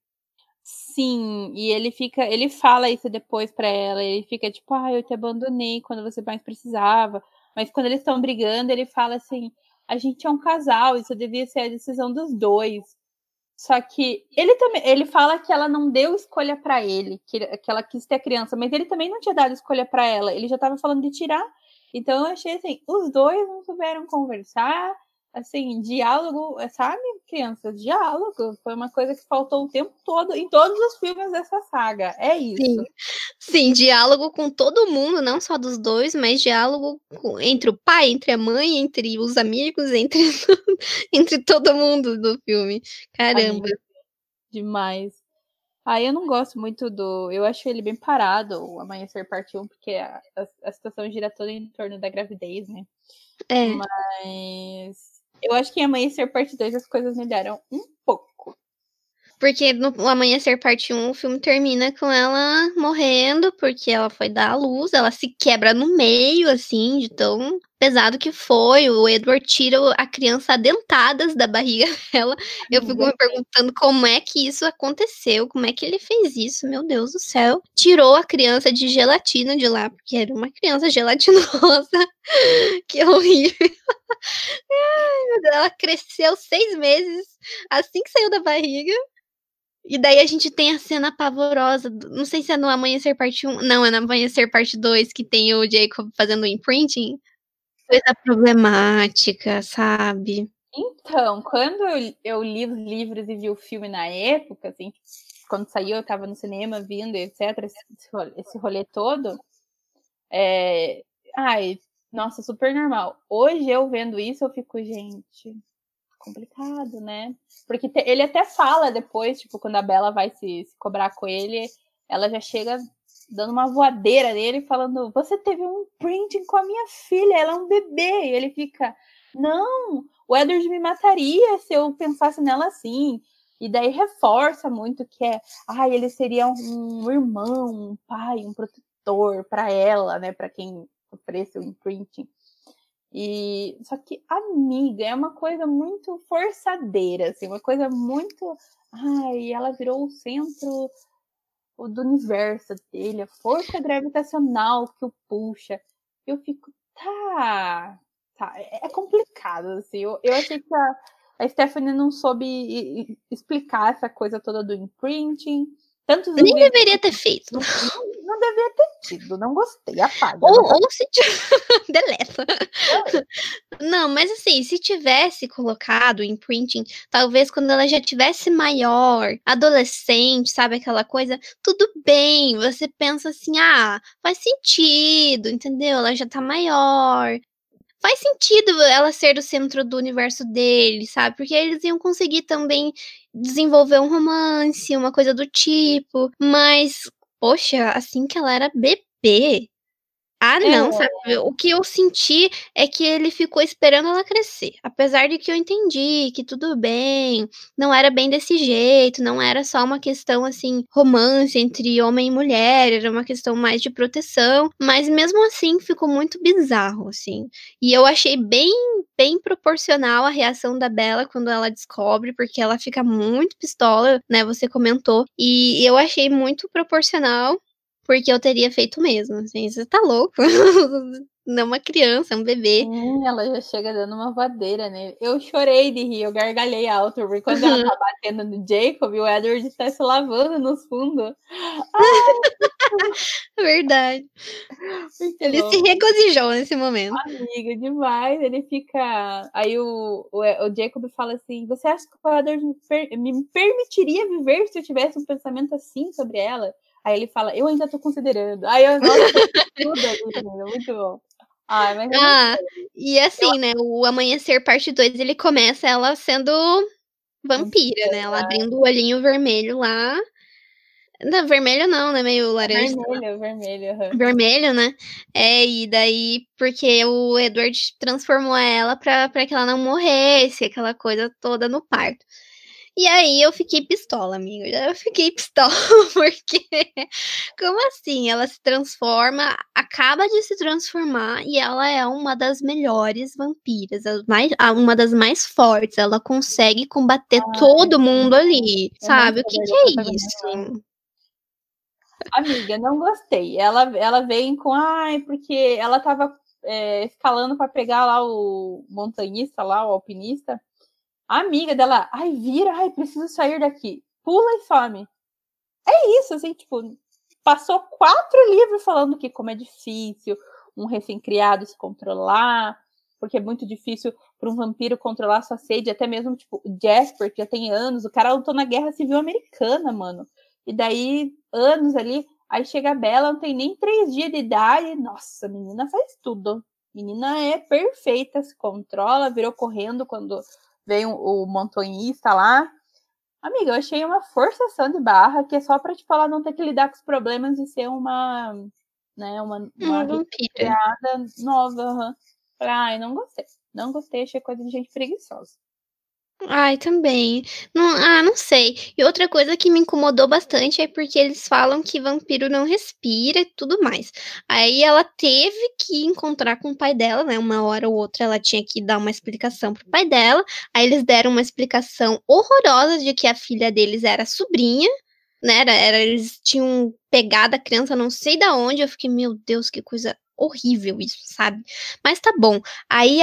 Sim, e ele fala isso depois pra ela, ele fica tipo: eu te abandonei quando você mais precisava". Mas quando eles estão brigando, ele fala assim: "A gente é um casal, isso devia ser a decisão dos 2". Só que ele fala que ela não deu escolha pra ele, que ela quis ter a criança, mas ele também não tinha dado escolha pra ela, ele já estava falando de tirar. Então eu achei assim, os 2 não souberam conversar, assim, diálogo, sabe, crianças, diálogo foi uma coisa que faltou o tempo todo em todos os filmes dessa saga, é Sim. isso. Sim, diálogo com todo mundo, não só dos 2, mas diálogo entre o pai, entre a mãe, entre os amigos, entre entre todo mundo do filme. Caramba. Amiga, demais. Eu não gosto muito eu acho ele bem parado, o Amanhecer Parte 1, porque a situação gira toda em torno da gravidez, né. É. Mas eu acho que em Amanhecer Parte 2 as coisas melhoram um pouco. Porque no Amanhecer Parte 1, o filme termina com ela morrendo, porque ela foi dar à luz, ela se quebra no meio, assim, de tão pesado que foi. O Edward tira a criança a dentadas da barriga dela. Eu fico Amiga, me perguntando como é que isso aconteceu, como é que ele fez isso, meu Deus do céu. Tirou a criança de gelatina de lá, porque era uma criança gelatinosa. Que horrível. Ai, meu Deus, ela cresceu 6 meses, assim que saiu da barriga. E daí a gente tem a cena pavorosa não sei se é no Amanhecer Parte 1, não, é no Amanhecer Parte 2 que tem o Jacob fazendo o imprinting. Coisa problemática, sabe. então, quando eu li os livros e vi o filme na época, assim, quando saiu, eu estava no cinema vindo, etc, esse rolê todo, eh, ai, nossa, super normal. Hoje eu vendo isso, eu fico: "Gente, complicado, né?". Porque ele até fala depois, tipo, quando a Bella vai se cobrar com ele, ela já chega dando uma voadeira nele, falando: "Você teve um printing com a minha filha, ela é um bebê". E ele fica: "Não, o Edward me mataria se eu pensasse nela assim". E daí reforça muito que ele seria um irmão, um pai, um protetor para ela, né? Para quem oferece o imprinting. E só que, amiga, é uma coisa muito forçadeira, assim, uma coisa muito. Ela virou o centro do universo dele, a força gravitacional que o puxa. Eu fico, tá. É complicado, assim. Eu achei que a Stephanie não soube explicar essa coisa toda do imprinting. Tantos Nem livros deveria ter feito. não devia ter tido, não gostei, apaga. Ou se deleta. Não, mas assim, se tivesse colocado imprinting, talvez quando ela já tivesse maior, adolescente, sabe aquela coisa, tudo bem, você pensa assim, faz sentido, entendeu? Ela já tá maior. Faz sentido ela ser o centro do universo dele, sabe? Porque eles iam conseguir também desenvolver um romance, uma coisa do tipo. Mas, poxa, assim que ela era bebê, não, sabe, o que eu senti é que ele ficou esperando ela crescer, apesar de que eu entendi que tudo bem, não era bem desse jeito, não era só uma questão, assim, romance entre homem e mulher, era uma questão mais de proteção, mas mesmo assim ficou muito bizarro, assim. E eu achei bem proporcional a reação da Bella quando ela descobre, porque ela fica muito pistola, né, você comentou, e eu achei muito proporcional porque eu teria feito mesmo, assim, você tá louco? Não é uma criança, é um bebê. Ela já chega dando uma voadeira nele. Eu chorei de rir, eu gargalhei alto, porque quando ela tá batendo no Jacob, o Edward tá se lavando nos fundos. Verdade. Muito Ele se bom. regozijou nesse momento. Amiga, demais. Ele fica. Aí o Jacob fala assim: Você acha que o Edward me permitiria viver se eu tivesse um pensamento assim sobre ela? Aí ele fala: Eu ainda tô considerando. Aí eu, nossa, tudo ali, amiga, muito bom. Mas E assim, né, o Amanhecer parte 2 ele começa ela sendo vampira, né, ela abrindo o olhinho vermelho lá. Não, vermelho não, né, meio laranja. Vermelho. Vermelho, né. E daí porque o Edward transformou ela pra que ela não morresse, aquela coisa toda no parto. E aí eu fiquei pistola, amiga, eu fiquei pistola, porque como assim? Ela se transforma, acaba de se transformar e ela é uma das melhores vampiras, uma das mais fortes, ela consegue combater todo mundo ali, Eu não sabe? O que soube é dessa isso? Amiga, não gostei. Ela vem com, porque ela tava escalando para pegar lá o montanhista, lá, o alpinista. A amiga dela, vira, preciso sair daqui. Pula e some. É isso, assim, tipo, passou 4 livros falando que como é difícil um recém-criado se controlar, porque é muito difícil para um vampiro controlar sua sede, até mesmo, tipo, o Jasper, que já tem anos, o cara lutou na Guerra Civil Americana, mano. E daí, anos ali, aí chega a Bella, não tem nem 3 dias de idade, nossa, a menina faz tudo. Menina é perfeita, se controla, virou correndo quando veio o montanhista lá. Amiga, eu achei uma forçação de barra que é só pra, tipo, ela não ter que lidar com os problemas de ser uma, né, uma Vampira. criada nova. Não gostei. Não gostei, achei coisa de gente preguiçosa. Ai, também. Não sei. E outra coisa que me incomodou bastante é porque eles falam que vampiro não respira e tudo mais. Aí ela teve que encontrar com o pai dela, né? Uma hora ou outra ela tinha que dar uma explicação pro pai dela. Aí eles deram uma explicação horrorosa de que a filha deles era sobrinha, né? Eles tinham pegado a criança não sei da onde. Eu fiquei, meu Deus, que coisa horrível isso, sabe? Mas tá bom. Aí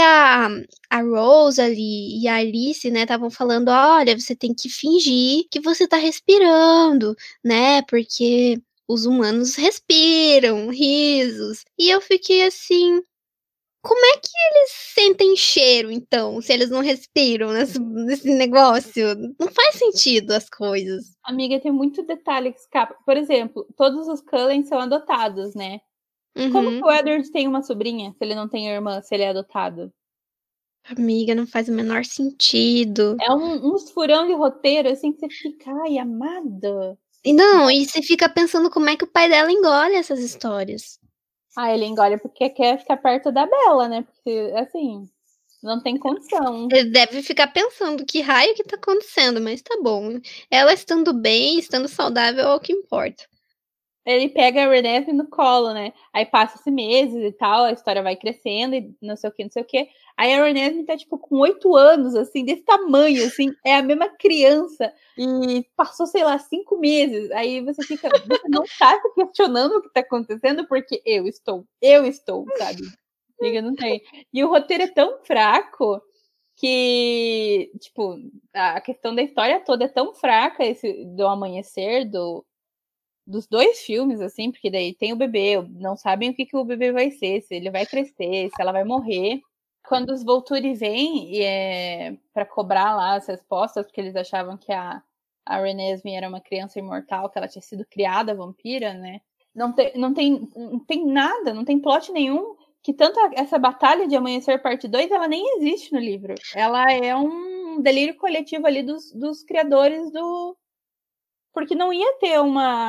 a Rose ali e a Alice, né, estavam falando: olha, você tem que fingir que você tá respirando, né? Porque os humanos respiram, risos. E eu fiquei assim. Como é que eles sentem cheiro, então, se eles não respiram nesse negócio? Não faz sentido as coisas. Amiga, tem muito detalhe que escapa. Por exemplo, todos os Cullen são adotados, né? Como que Uhum. o Edward tem uma sobrinha, se ele não tem irmã, se ele é adotado? Amiga, não faz o menor sentido. É uns furão de roteiro, assim, que você fica, amada. E não, e você fica pensando como é que o pai dela engole essas histórias. Ele engole porque quer ficar perto da Bella, né? Porque, assim, Não tem condição. Ele deve ficar pensando que raio que tá acontecendo, mas tá bom. Ela estando bem, estando saudável é o que importa. Ele pega a Renée no colo, né? Aí passa-se meses e tal, a história vai crescendo e não sei o que, não sei o que. Aí a Renée tá, tipo, com 8 anos, assim, desse tamanho, assim, é a mesma criança. E passou, sei lá, 5 meses. Aí você não tá se questionando o que tá acontecendo, porque eu estou, sabe? Liga, não tem. E o roteiro é tão fraco que, tipo, a questão da história toda é tão fraca, esse do amanhecer, dos dois filmes, assim, porque daí tem o bebê, não sabem o que o bebê vai ser, se ele vai crescer, se ela vai morrer. Quando os Volturi vêm para cobrar lá as respostas, porque eles achavam que a Renesmee era uma criança imortal, que ela tinha sido criada vampira, né? Não tem nada, não tem plot nenhum, que tanto essa Batalha de Amanhecer Parte 2, ela nem existe no livro. Ela é um delírio coletivo ali dos criadores do, porque não ia ter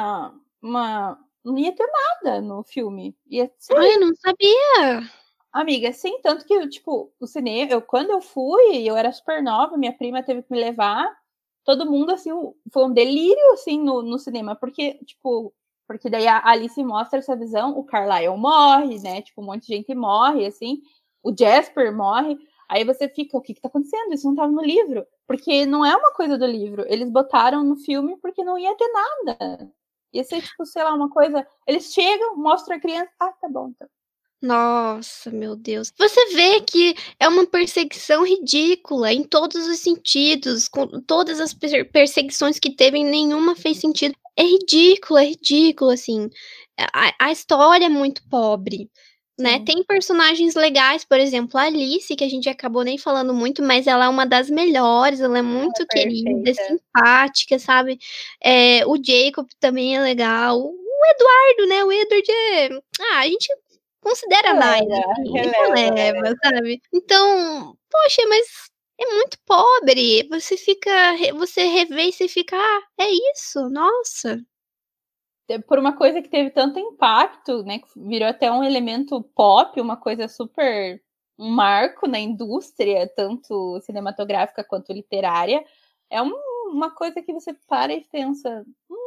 não ia ter nada no filme. Ia ser, Ai, eu não sabia. amiga, assim, tanto que, tipo, o cinema, quando eu fui, eu era super nova, minha prima teve que me levar, todo mundo, assim, foi um delírio, assim, no cinema, porque daí a Alice mostra essa visão, o Carlisle morre, né, tipo, um monte de gente morre, assim, o Jasper morre, aí você fica, o que tá acontecendo? Isso não tava no livro, porque não é uma coisa do livro, eles botaram no filme porque não ia ter nada, ia ser, tipo, sei lá, uma coisa, eles chegam, mostram a criança, tá bom, então. Nossa, meu Deus. Você vê que é uma perseguição ridícula em todos os sentidos, com todas as perseguições que teve, nenhuma fez sentido. É ridículo, assim. A história é muito pobre, né? Sim. Tem personagens legais, por exemplo, a Alice, que a gente acabou nem falando muito, mas ela é uma das melhores, ela é muito querida, Perfeita. simpática, sabe? O Jacob também é legal. O Eduardo, né? O Edward é. Ah, a gente considera mais, assim, releva, sabe. Então, poxa, mas é muito pobre, você revê e você fica: "Ah, é isso, nossa". Por uma coisa que teve tanto impacto, né, que virou até um elemento pop, uma coisa super um marco na indústria, tanto cinematográfica quanto literária, é uma coisa que você para e pensa: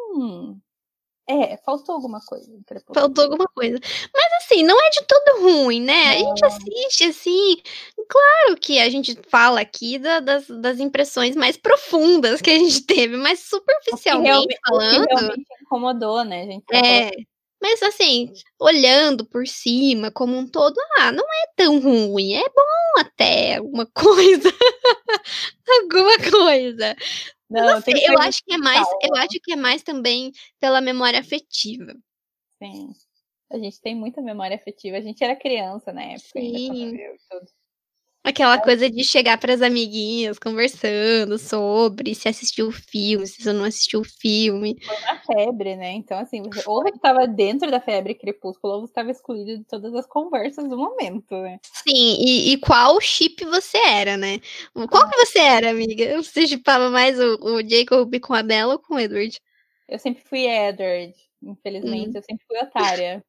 faltou alguma coisa em Crepúsculo". Faltou alguma coisa. Mas assim, não é de todo ruim, né, a gente Não, assiste, assim, claro que a gente fala aqui das impressões mais profundas que a gente teve, mas superficialmente o que falando. realmente incomodou, né, a gente só falou É, mas assim, olhando por cima como um todo, não é tão ruim, é bom até alguma coisa, alguma coisa. Mas não não, tem sei, eu coisas acho que é que mais eu salvam, acho que é mais também pela memória afetiva. sim. A gente tem muita memória afetiva, a gente era criança na época ainda quando Sim. viu tudo. Aquela coisa de chegar para as amiguinhas conversando sobre se assistiu o filme, se você não assistiu o filme. Foi uma febre, né, então assim, ou você estava dentro da febre Crepúsculo ou você estava excluído de todas as conversas do momento, né. Sim, e qual chip você era, né. Qual que você era, amiga? Você shippava mais o Jacob com a Bella ou com o Edward? Eu sempre fui Edward, infelizmente Hum. eu sempre fui otária.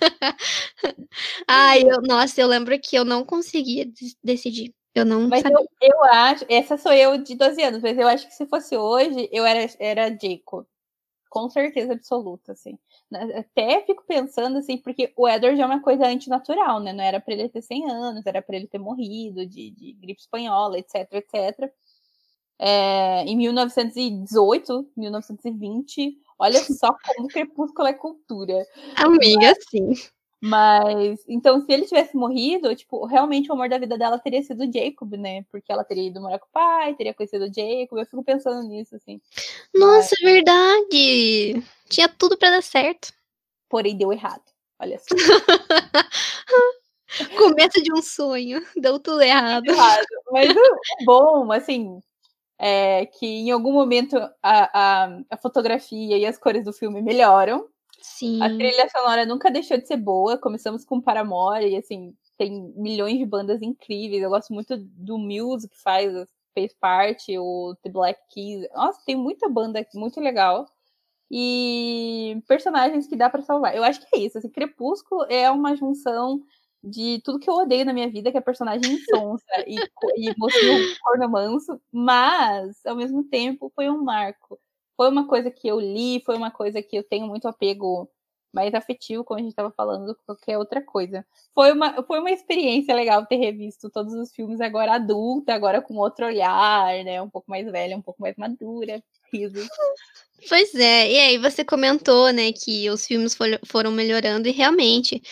Ai, nossa, eu lembro que eu não conseguia decidir, eu não Mas sabia. eu acho essa sou eu de 12 anos, mas eu acho que se fosse hoje, eu era Jacob. Com certeza absoluta, assim. Até fico pensando, assim, porque o Edward é uma coisa antinatural, né? Não era pra ele ter 100 anos, era pra ele ter morrido de gripe espanhola, etc, etc. Em 1918, 1920, olha só como Crepúsculo é cultura. Amiga, sim. Mas, então, se ele tivesse morrido, tipo, realmente o amor da vida dela teria sido o Jacob, né? Porque ela teria ido morar com o pai, teria conhecido o Jacob. Eu fico pensando nisso, assim. Mas, Nossa, é verdade. Tinha tudo pra dar certo. porém, deu errado. Olha só. Começo de um sonho, deu tudo errado. Errado. Mas o bom, assim, é que em algum momento a fotografia e as cores do filme melhoram. A Sim. trilha sonora nunca deixou de ser boa. Começamos com Paramore e, assim, tem milhões de bandas incríveis. Eu gosto muito do Muse, que fez parte, o The Black Keys. Nossa, tem muita banda muito legal. E personagens que dá pra salvar. Eu acho que é isso. Assim, Crepúsculo é uma junção de tudo que eu odeio na minha vida, que é personagem insonsa e mocinho corno manso, mas, ao mesmo tempo, foi um marco. Foi uma coisa que eu li, foi uma coisa que eu tenho muito apego mais afetivo, como a gente estava falando, do que qualquer outra coisa. Foi uma experiência legal ter revisto todos os filmes agora adulta, agora com outro olhar, né? Um pouco mais velha, um pouco mais madura. Risos. Pois é, e aí você comentou, né, que os filmes foram melhorando e realmente,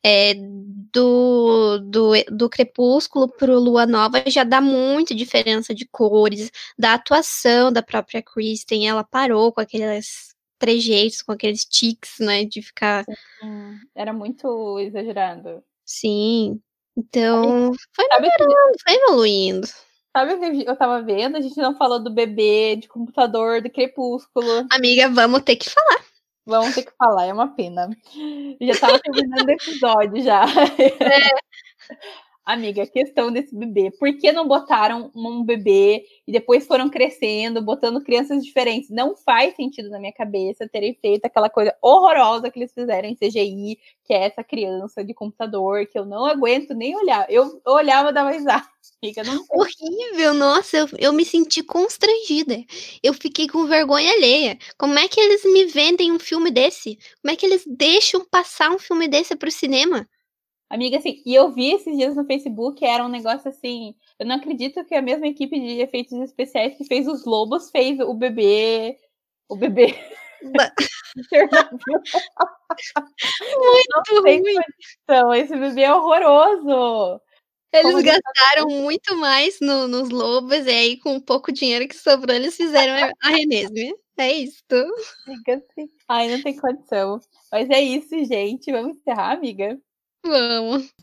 do Crepúsculo pro Lua Nova já dá muita diferença de cores, da atuação da própria Kristen, ela parou com aqueles trejeitos, com aqueles tiques, né, de ficar Era muito exagerado. Sim, então foi Sabe melhorando, foi evoluindo. Sabe o que eu tava vendo? A gente não falou do bebê, de computador, do Crepúsculo. Amiga, vamos ter que falar. Vamos ter que falar, é uma pena. Já tava terminando o episódio já. Amiga, a questão desse bebê. Por que não botaram um bebê e depois foram crescendo, botando crianças diferentes? Não faz sentido na minha cabeça terem feito aquela coisa horrorosa que eles fizeram em CGI, que é essa criança de computador, que eu não aguento nem olhar. Eu olhava e dava risada. Horrível, nossa, eu me senti constrangida. Eu fiquei com vergonha alheia. Como é que eles me vendem um filme desse? Como é que eles deixam passar um filme desse pro cinema? Amiga, assim, e eu vi esses dias no Facebook, era um negócio assim, eu não acredito que a mesma equipe de efeitos especiais que fez os lobos fez o bebê Muito ruim. Então, esse bebê é horroroso. Eles gastaram muito mais nos lobos, e aí com o pouco dinheiro que sobrou, eles fizeram a Renesmee. É isto. Fica assim. Ai, não tem condição. Mas é isso, gente. Vamos encerrar, amiga? Vamos.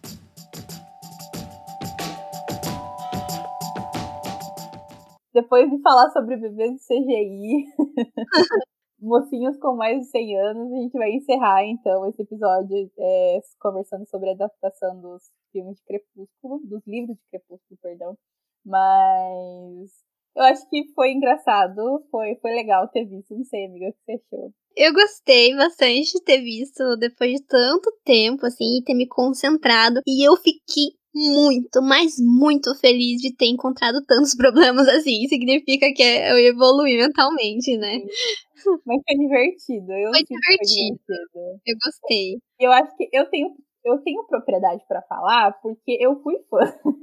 Depois de falar sobre bebês de CGI, mocinhos com mais de 100 anos, a gente vai encerrar, então, esse episódio conversando sobre a adaptação dos filmes de Crepúsculo, dos livros de Crepúsculo, perdão. Mas eu acho que foi engraçado, foi legal ter visto. Não sei, amiga, o que você achou? Eu gostei bastante de ter visto depois de tanto tempo, assim, e ter me concentrado. E eu fiquei muito, mas muito feliz de ter encontrado tantos problemas assim. Significa que eu evoluí mentalmente, né? Mas foi divertido. Foi divertido. Eu gostei. Eu acho que eu tenho propriedade pra falar porque eu fui fã.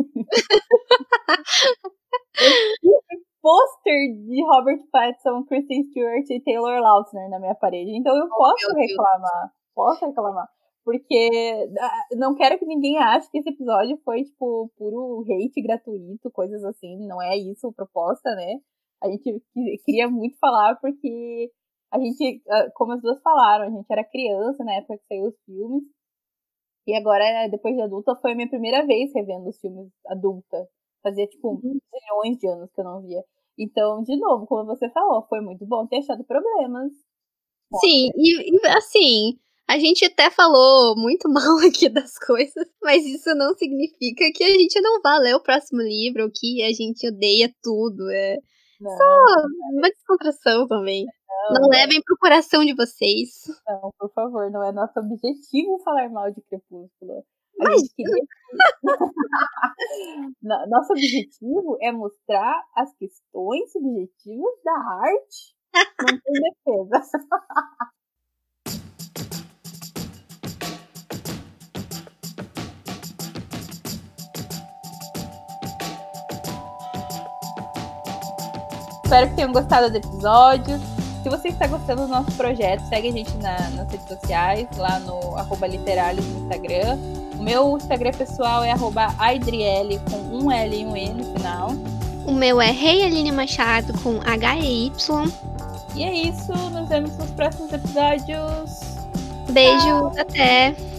Eu tive pôster de Robert Pattinson, Kristen Stewart e Taylor Lautner na minha parede. Então eu posso reclamar. Posso reclamar. Porque não quero que ninguém ache que esse episódio foi, tipo, puro hate gratuito, coisas assim. Não é isso a proposta, né? A gente queria muito falar porque a gente, como as duas falaram, a gente era criança na época que saiu os filmes. E agora, depois de adulta, foi a minha primeira vez revendo os filmes adulta. Fazia, tipo, milhões de anos que eu não via. Então, de novo, como você falou, foi muito bom ter achado problemas. Sim, e assim, a gente até falou muito mal aqui das coisas, mas isso não significa que a gente não vá ler o próximo livro, ou que a gente odeia tudo. É só uma descontração também. Não levem pro coração de vocês. Não, por favor, não é nosso objetivo falar mal de Crepúsculo. Mas Nosso objetivo é mostrar as questões subjetivas da arte. Não tem defesa. Espero que tenham gostado do episódio. Se você está gostando do nosso projeto, segue a gente nas redes sociais, lá no @literalhos no Instagram. O meu Instagram pessoal é @aidriele, com um L e um E no final. O meu é Aline Machado, com HEY. E é isso, nos vemos nos próximos episódios. Beijo, até!